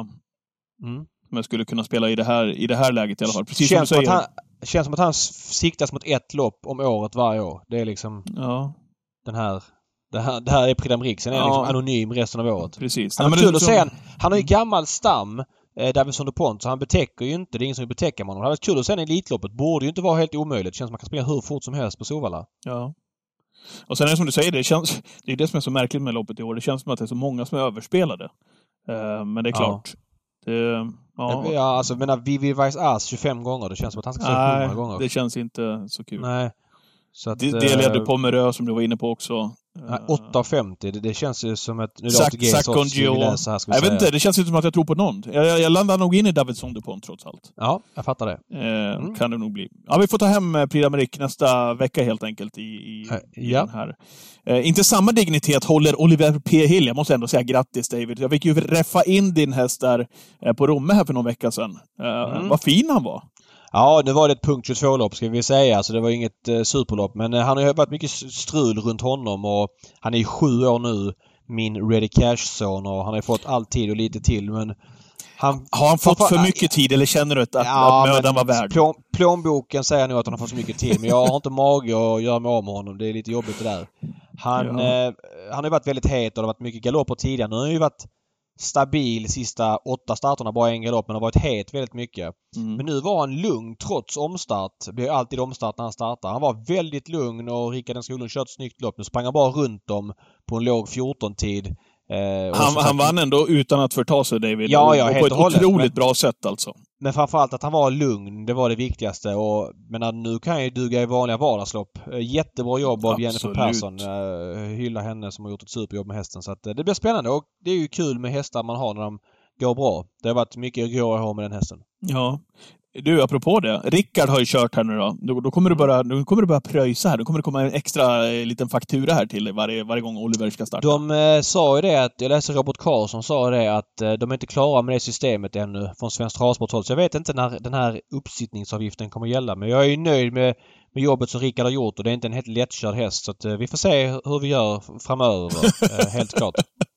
Speaker 2: Mm.
Speaker 3: som jag skulle kunna spela i det här, i det här läget i alla fall. Precis
Speaker 2: Känns
Speaker 3: som
Speaker 2: som
Speaker 3: du
Speaker 2: att
Speaker 3: säger.
Speaker 2: han, känns som att han siktas mot ett lopp om året varje år. Det är liksom
Speaker 3: Ja,
Speaker 2: den här... Det här, det här är Prix d'Amérique. Sen är han
Speaker 3: Ja.
Speaker 2: liksom anonym resten av året.
Speaker 3: precis.
Speaker 2: Han,
Speaker 3: Nej,
Speaker 2: är
Speaker 3: men
Speaker 2: kul
Speaker 3: det-
Speaker 2: att
Speaker 3: som-
Speaker 2: se han. Han har ju gammal stam, eh, Davidson DuPont, så han betäcker ju inte. Det är ingen som vill betäcka med honom. Det hade varit kul att se en Elitloppet. Borde ju inte vara helt omöjligt. Det känns som att man kan springa hur fort som helst på Sovalla.
Speaker 3: Ja. Och sen är det som du säger, det känns, det är det som är så märkligt med loppet i år. Det känns som att det är så många som är överspelade. Eh, men det är
Speaker 2: Ja.
Speaker 3: klart. Det,
Speaker 2: Ja,
Speaker 3: ja.
Speaker 2: ja alltså, jag menar, Vivi Weiss Ass tjugofem gånger. Det känns som att han ska säga
Speaker 3: Nej,
Speaker 2: hundra gånger.
Speaker 3: det känns inte så kul.
Speaker 2: Nej. Så att...
Speaker 3: Det, det leder
Speaker 2: eh,
Speaker 3: på Pomereux som du var inne på också.
Speaker 2: nej, åtta femtio. Det, det känns ju som ett... Nu är det
Speaker 3: Sac-
Speaker 2: A T G
Speaker 3: Sakon
Speaker 2: sorts vi
Speaker 3: Gio.
Speaker 2: läser här, ska vi
Speaker 3: Jag vet
Speaker 2: säga.
Speaker 3: inte, det känns inte som att jag tror på någon. Jag, jag, jag landar nog in i Davidson DuPont trots allt.
Speaker 2: Ja, jag fattar det.
Speaker 3: Eh,
Speaker 2: Mm.
Speaker 3: Kan det nog bli. Ja, vi får ta hem eh, Prix d'Amérique nästa vecka helt enkelt i, i,
Speaker 2: Eh,
Speaker 3: i
Speaker 2: ja.
Speaker 3: den här. Eh, inte samma dignitet håller Oliver P. Hill. Jag måste ändå säga grattis David. Jag fick ju reffa in din häst där eh, på Romme här för någon vecka sedan. Eh,
Speaker 2: Mm.
Speaker 3: Vad fin han var.
Speaker 2: Ja, nu var det ett punkt tjugotvå-lopp ska vi säga. Alltså det var inget eh, superlopp. Men eh, han har ju varit mycket strul runt honom och han är ju sju år nu. Min Ready Cash-son och han har ju fått all tid och lite till. Men han...
Speaker 3: Har han fått
Speaker 2: Framför-
Speaker 3: för mycket tid eller känner du att, att,
Speaker 2: Ja,
Speaker 3: att mödan
Speaker 2: men
Speaker 3: var värd?
Speaker 2: Plån, plånboken säger nu att han har fått så mycket tid. Men jag har inte mage att göra mig av med honom. Det är lite jobbigt det där. Han,
Speaker 3: Ja.
Speaker 2: eh, han har ju varit väldigt het och det har varit mycket galopper tidigare. Nu har han ju varit stabil sista åtta starterna. Bara en galopp men har varit het väldigt mycket.
Speaker 3: Mm.
Speaker 2: Men nu var han lugn trots omstart. Det blir alltid omstart när han startar. Han var väldigt lugn och Rickard Skoglund kört ett snyggt lopp. Nu sprang han bara runt dem på en låg fjorton-tid. Eh, och
Speaker 3: Han,
Speaker 2: som sagt-
Speaker 3: han vann ändå utan att förta sig, David.
Speaker 2: Ja, ja,
Speaker 3: och, och
Speaker 2: helt
Speaker 3: på ett
Speaker 2: och hållet,
Speaker 3: otroligt
Speaker 2: men-
Speaker 3: bra sätt alltså.
Speaker 2: Men framförallt att han var lugn. Det var det viktigaste. Och, men nu kan han ju duga i vanliga vardagslopp. Eh, Jättebra jobb av Jennifer
Speaker 3: Absolut.
Speaker 2: Persson. Eh, hylla henne som har gjort ett superjobb med hästen. Så att, eh, det blir spännande. Och det är ju kul med hästar man har när de går bra. Det har varit mycket grå i hår med den hästen.
Speaker 3: Ja. Du, apropå det. Rickard har ju kört här nu då. Då, då kommer du bara, då kommer du börja pröjsa här. Då kommer det komma en extra eh, liten faktura här till varje, varje gång Oliver ska starta.
Speaker 2: De eh, sa ju det att, jag läste Robert Karlsson sa det att eh, de är inte klara med det systemet ännu från Svensk Travsporthåll. Så jag vet inte när den här uppsittningsavgiften kommer gälla. Men jag är ju nöjd med, med jobbet som Rickard har gjort och det är inte en helt lättkörd häst. Så att, eh, vi får se hur vi gör framöver. eh, helt klart.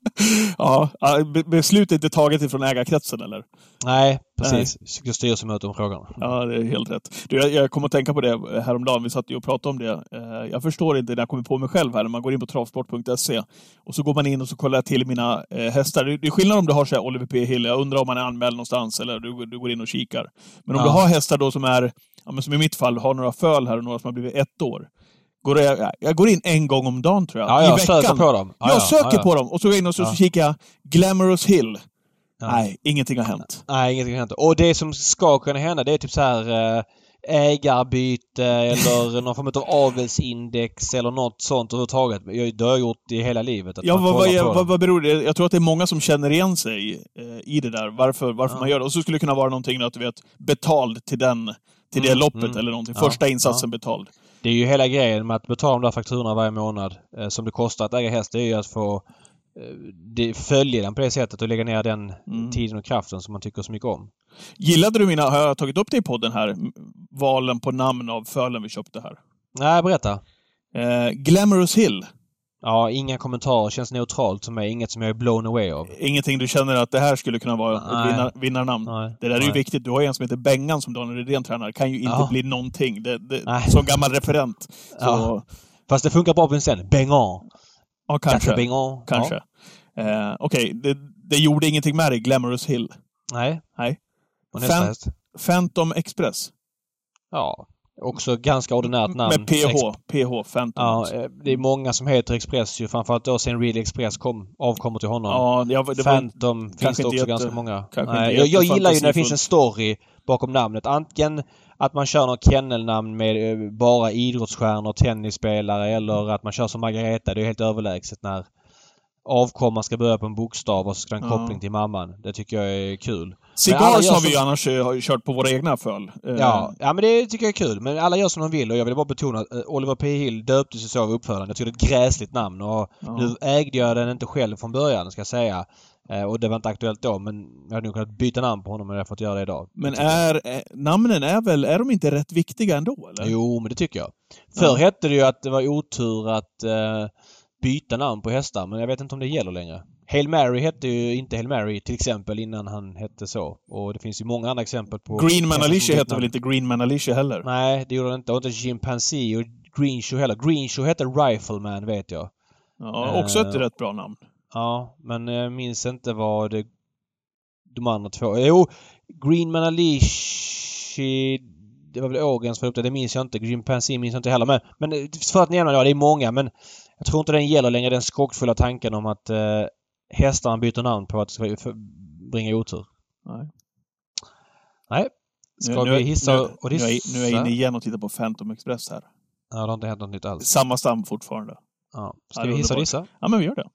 Speaker 3: Ja, ja, be- beslutet är inte taget ifrån ägarkretsen, eller?
Speaker 2: Nej, precis. Nej. Styrelsemöte om frågan.
Speaker 3: Ja, det är helt rätt. Du, jag, jag kom att tänka på det häromdagen. Vi satt ju och pratade om det. Eh, jag förstår inte när jag kommer på mig själv här. När man går in på travsport punkt se och så går man in och så kollar jag till mina eh, hästar. Det, det är skillnad om du har så här Oliver P. Hill. Jag undrar om man är anmäld någonstans eller du, du går in och kikar. Men om
Speaker 2: Ja.
Speaker 3: du har hästar då som är, ja, men som i mitt fall, har några föl här och några som har blivit ett år. Går jag, jag går in en gång om dagen tror jag.
Speaker 2: Ja,
Speaker 3: I
Speaker 2: jag
Speaker 3: veckan.
Speaker 2: söker på dem. Ja,
Speaker 3: jag
Speaker 2: ja,
Speaker 3: söker
Speaker 2: ja, ja.
Speaker 3: på dem och så går jag in och så,
Speaker 2: Ja.
Speaker 3: så kikar jag Glamorous Hill.
Speaker 2: Ja.
Speaker 3: Nej, ingenting har hänt.
Speaker 2: Nej, ingenting har hänt. Och det som ska kunna hända det är typ så här eh, ägarbyte eller någon form av avelsindex eller något sånt överhuvudtaget. Jag- Det har jag gjort i hela livet. Att
Speaker 3: Ja,
Speaker 2: man
Speaker 3: vad,
Speaker 2: kollar
Speaker 3: vad,
Speaker 2: på
Speaker 3: vad,
Speaker 2: dem.
Speaker 3: vad beror det? Jag tror att det är många som känner igen sig eh, i det där. Varför, varför
Speaker 2: Ja.
Speaker 3: man gör det. Och så skulle det kunna vara någonting att du vet, betald till den till det
Speaker 2: Mm,
Speaker 3: loppet
Speaker 2: mm.
Speaker 3: eller någonting.
Speaker 2: Ja,
Speaker 3: Första insatsen betald.
Speaker 2: Det är ju hela grejen med att betala de där fakturorna varje månad eh, som det kostar att äga häst. Det är ju att få det följer den på det sättet och lägga ner den
Speaker 3: Mm.
Speaker 2: tiden och kraften som man tycker så mycket om.
Speaker 3: Gillade du mina, har jag tagit upp det i podden här, valen på namn av fölen vi köpte här?
Speaker 2: Nej, berätta.
Speaker 3: Eh, Glamorous Hill.
Speaker 2: Ja, inga kommentarer. Känns neutralt för mig. Inget som jag är blown away av.
Speaker 3: Ingenting du känner att det här skulle kunna vara
Speaker 2: Nej.
Speaker 3: ett vinnar, vinnarnamn?
Speaker 2: Nej.
Speaker 3: Det där är ju
Speaker 2: Nej.
Speaker 3: viktigt. Du har ju en som heter Bengan som Daniel Redén tränar. Det kan ju inte
Speaker 2: Ja.
Speaker 3: bli någonting. Det, det,
Speaker 2: Nej.
Speaker 3: som gammal referent. Så,
Speaker 2: Ja. Fast det funkar bra på en scen. Bengan.
Speaker 3: ja, kanske.
Speaker 2: Bengan.
Speaker 3: Kanske.
Speaker 2: Ja.
Speaker 3: Eh, Okej, okay. det, det gjorde ingenting med dig, Glamorous Hill.
Speaker 2: Nej.
Speaker 3: Nej.
Speaker 2: Och nästa
Speaker 3: Fan-
Speaker 2: häst?
Speaker 3: Phantom Express.
Speaker 2: Ja. Också ganska ordinärt namn.
Speaker 3: Med P H.
Speaker 2: Ex-
Speaker 3: P H, Phantom.
Speaker 2: Ja, eh, det är många som heter Express ju. Framförallt då sen Real Express kom, avkommer till honom.
Speaker 3: Ja, jag, det var,
Speaker 2: Phantom finns det
Speaker 3: inte
Speaker 2: också
Speaker 3: jätte-
Speaker 2: ganska många.
Speaker 3: kanske
Speaker 2: Nej,
Speaker 3: inte
Speaker 2: jag, jag gillar ju när det
Speaker 3: jättefantasifull.
Speaker 2: finns en story bakom namnet. Antingen att man kör något kennelnamn med eh, bara idrottsstjärnor, tennisspelare eller att man kör som Margareta. Det är helt överlägset när avkomman ska börja på en bokstav och så ska det ha en
Speaker 3: Ja.
Speaker 2: koppling till mamman. Det tycker jag är kul. Men alla
Speaker 3: Cigars
Speaker 2: gör
Speaker 3: har vi
Speaker 2: som-
Speaker 3: ju annars eh, har ju kört på våra egna föl. Eh,
Speaker 2: Ja, ja, men det tycker jag är kul. Men alla gör som de vill och jag vill bara betona att eh, Oliver P. Hill döpte sig så av uppfödaren. Jag tycker det är ett gräsligt namn och
Speaker 3: Ja.
Speaker 2: nu ägde jag den inte själv från början, ska jag säga. Eh, och det var inte aktuellt då, men jag hade nog kunnat byta namn på honom om jag hade fått göra det idag.
Speaker 3: Men är, eh, namnen är väl, är de inte rätt viktiga ändå, eller?
Speaker 2: Jo, men det tycker jag. Förr
Speaker 3: Ja.
Speaker 2: hette det ju att det var otur att eh, byta namn på hästar, men jag vet inte om det gäller längre. Hail Mary hette ju inte Hail Mary till exempel innan han hette så. Och det finns ju många andra exempel på...
Speaker 3: Green
Speaker 2: hästar
Speaker 3: Man
Speaker 2: som
Speaker 3: Alicia
Speaker 2: bytt
Speaker 3: heter väl
Speaker 2: namn.
Speaker 3: inte Green Man Alicia heller?
Speaker 2: Nej, det gjorde det inte. Och inte Chimpanzee och Green Shoe heller. Green Shoe hette Rifleman, vet jag.
Speaker 3: Ja, också ett
Speaker 2: Eh,
Speaker 3: rätt bra namn.
Speaker 2: Ja, men jag minns inte vad det... De andra två... Jo, Green Man Alicia... Det var väl Ågrens för upp det. Det minns jag inte. Chimpanzee minns jag inte heller. Men, men för att nämna det, det är många, men jag tror inte den gäller längre den skrockfulla tanken om att eh, hästarna byter namn på att det ska för, bringa otur.
Speaker 3: Nej.
Speaker 2: Nej. Ska
Speaker 3: Nu-
Speaker 2: vi
Speaker 3: nu-
Speaker 2: hissa
Speaker 3: nu,
Speaker 2: och
Speaker 3: nu, är
Speaker 2: dissa?
Speaker 3: jag, nu är jag inne igen och tittar på Phantom Express här.
Speaker 2: Ja, det har inte hänt något nytt alls.
Speaker 3: Samma stam fortfarande.
Speaker 2: Ja. Ska
Speaker 3: Ja, det är
Speaker 2: vi hissa och
Speaker 3: underbart.
Speaker 2: dissa?
Speaker 3: Ja, men vi gör det.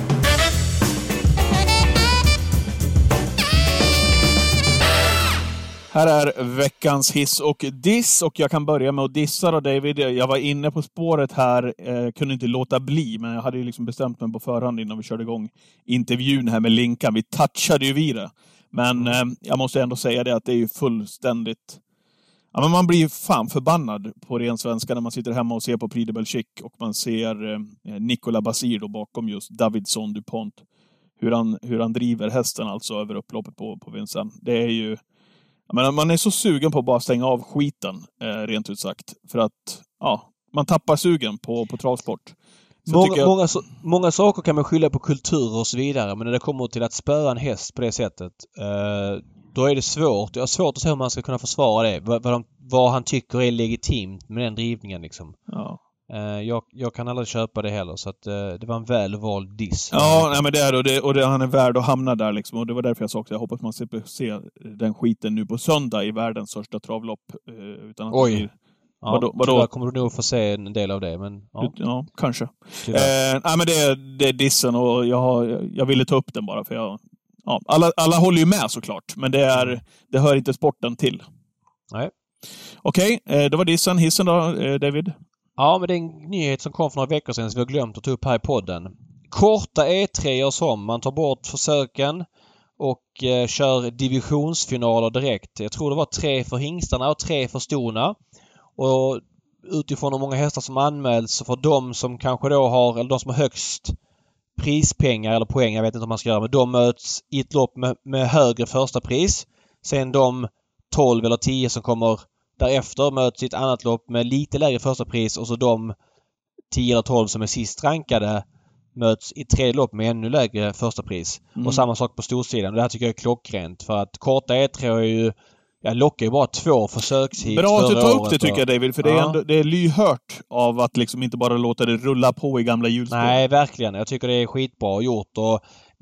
Speaker 3: Här är veckans hiss och diss och jag kan börja med att dissa då, David. Jag var inne på spåret här, eh, kunde inte låta bli, men jag hade ju liksom bestämt mig på förhand innan vi körde igång intervjun här med Linkan. Vi touchade ju vid det. Men eh, jag måste ändå säga det att det är ju fullständigt... Ja, men man blir ju fan förbannad på ren svenska när man sitter hemma och ser på Prix de Belgique och man ser eh, Nicolas Basir då bakom just Davidson DuPont. Hur han, hur han driver hästen alltså över upploppet på, på Vincennes. Det är ju... Jag menar, man är så sugen på att bara stänga av skiten, eh, rent ut sagt. För att, ja, man tappar sugen på, på travsport. Så
Speaker 2: Många,
Speaker 3: tycker jag,
Speaker 2: många, so- många saker kan man skylla på kultur och så vidare, men när det kommer till att spöa en häst på det sättet, eh, då är det svårt. Jag har svårt att se hur man ska kunna försvara det. Vad, vad, de, vad han tycker är legitimt med den drivningen liksom.
Speaker 3: ja.
Speaker 2: Eh, jag, jag kan aldrig köpa det heller, så att eh, det var en väl vald diss.
Speaker 3: Ja, nej, men det är det. Och, det, och det, han är värd att hamna där liksom. Och det var därför jag sa också, jag hoppas man slipper se den skiten nu på söndag i världens största travlopp. Eh, utan att
Speaker 2: Oj.
Speaker 3: det blir,
Speaker 2: Ja,
Speaker 3: vadå- vadå?
Speaker 2: tyvärr kommer du nog få se en del av det, men ja,
Speaker 3: ja, kanske.
Speaker 2: tyvärr.
Speaker 3: Eh, nej, men det, är- det är dissen och jag, har, jag ville ta upp den bara för jag... Ja, alla, alla håller ju med såklart, men det, är, det hör inte sporten till.
Speaker 2: Nej.
Speaker 3: Okej, eh, det var dissen. Hissen då, eh, David?
Speaker 2: Ja, men det är en nyhet som kom för några veckor sedan som vi har glömt att ta upp här i podden. Korta E tre görs om. Man tar bort försöken och eh, kör divisionsfinaler direkt. Jag tror det var tre för hingstarna och tre för stona. Och utifrån hur många hästar som anmäls så för de som kanske då har, eller de som har högst prispengar eller poäng, jag vet inte om man ska göra, men de möts i ett lopp med, med högre första pris. Sen de tolv eller tio som kommer därefter möts i ett annat lopp med lite lägre första pris och så de tio eller tolv som är sist rankade möts i tre lopp med ännu lägre första pris.
Speaker 3: Mm.
Speaker 2: Och samma sak på storsidan. Det här tycker jag är klockrent för att korta E tre är ju, jag lockar ju bara två försökshit
Speaker 3: Bra att du
Speaker 2: förra
Speaker 3: tar upp
Speaker 2: året
Speaker 3: det tycker
Speaker 2: och-
Speaker 3: jag, David, för det är,
Speaker 2: Ja.
Speaker 3: ändå, det är lyhört av att liksom inte bara låta det rulla på i gamla hjulspår.
Speaker 2: Nej, verkligen. Jag tycker det är skitbra gjort och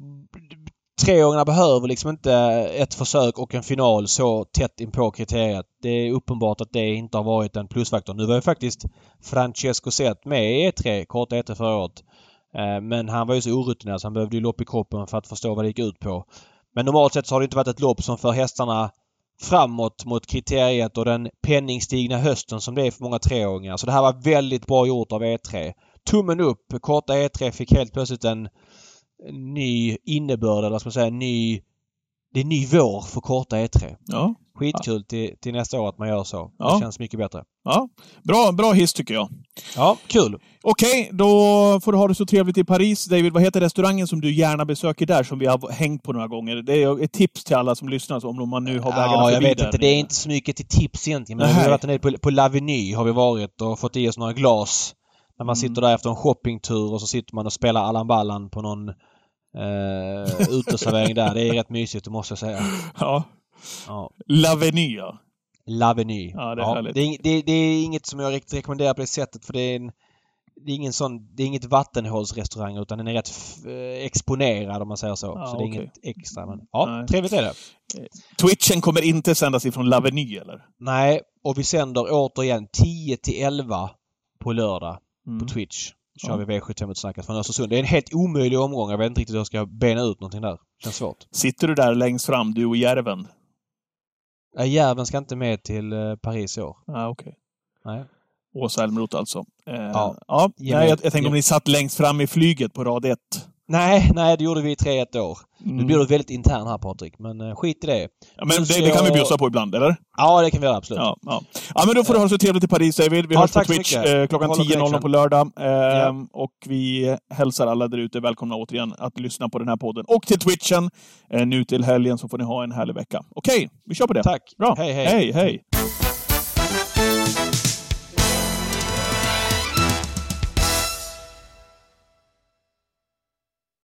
Speaker 2: treåringarna behöver liksom inte ett försök och en final så tätt in på kriteriet. Det är uppenbart att det inte har varit en plusfaktor. Nu var ju faktiskt Francesco Zet med i E tre, korta E tre förra året. Eh, Men han var ju så orutinerad så han behövde ju lopp i kroppen för att förstå vad det gick ut på. Men normalt sett så har det inte varit ett lopp som för hästarna framåt mot kriteriet och den penningstigna hösten som det är för många treåringar. Så det här var väldigt bra gjort av E tre. Tummen upp. Korta E tre fick helt plötsligt en ny innebörd, eller vad ska man säga, ny, det är ny vår för korta E tre.
Speaker 3: Ja.
Speaker 2: Skitkul ja. till, till nästa år att man gör så.
Speaker 3: Ja.
Speaker 2: Det känns mycket bättre.
Speaker 3: Ja, bra, bra hiss tycker jag.
Speaker 2: Ja, kul.
Speaker 3: Okej, då får du ha det så trevligt i Paris. David, vad heter restaurangen som du gärna besöker där, som vi har hängt på några gånger? Det är ett tips till alla som lyssnar, så om man nu har vägarna
Speaker 2: ja,
Speaker 3: förbi.
Speaker 2: Jag vet
Speaker 3: där.
Speaker 2: inte, det är inte så mycket till tips egentligen. Men vi har varit nere på, på L'Avenue har vi varit och fått i oss några glas. När man mm. sitter där efter en shoppingtur och så sitter man och spelar Allan Ballan på någon eh, uteservering där. Det är rätt mysigt, måste jag säga.
Speaker 3: Ja.
Speaker 2: Ja.
Speaker 3: L'Avenue, ja.
Speaker 2: L'Avenue.
Speaker 3: Ja, det är
Speaker 2: ja.
Speaker 3: härligt.
Speaker 2: Det är, det, det är inget som jag riktigt rekommenderar på det sättet, för det är en Det är ingen sån, det är inget vattenhålsrestaurang, utan den är rätt f- exponerad, om man säger så.
Speaker 3: Ja,
Speaker 2: så det är
Speaker 3: okay.
Speaker 2: inget extra. Men ja,
Speaker 3: Nej.
Speaker 2: Trevligt är det.
Speaker 3: Twitchen kommer inte sändas ifrån L'Avenue, eller?
Speaker 2: Nej, och vi sänder återigen tio till elva på lördag mm. på Twitch. Kör ja. vi V sjuttiofem-snacket från Östersund. Det är en helt omöjlig omgång. Jag vet inte riktigt hur jag ska bena ut någonting där. Det känns svårt.
Speaker 3: Sitter du där längst fram, du och Järven?
Speaker 2: Ja, Järven ska inte med till Paris i år.
Speaker 3: Ja, okej. Okay.
Speaker 2: Nej.
Speaker 3: Åsa Elmroth alltså. Eh,
Speaker 2: ja.
Speaker 3: ja. Nej, jag, jag tänkte om ni satt längst fram i flyget på rad ett.
Speaker 2: Nej, nej, det gjorde vi i tre ett år.
Speaker 3: Mm.
Speaker 2: Nu blir du väldigt intern här, Patrik, men uh, skit i det.
Speaker 3: Ja, men det, det kan vi bjussa på ibland, eller?
Speaker 2: Ja, det kan vi göra, absolut.
Speaker 3: Ja, ja. ja men då får du ha så trevligt i Paris, David. Vi ja, hörs på Twitch eh, klockan tio noll noll på lördag. Eh, ja. Och vi hälsar alla där ute välkomna återigen att lyssna på den här podden. Och till Twitchen. Eh, nu till helgen så får ni ha en härlig vecka. Okej, vi kör på det.
Speaker 2: Tack.
Speaker 3: Bra.
Speaker 2: Hej, hej.
Speaker 3: Hej, hej.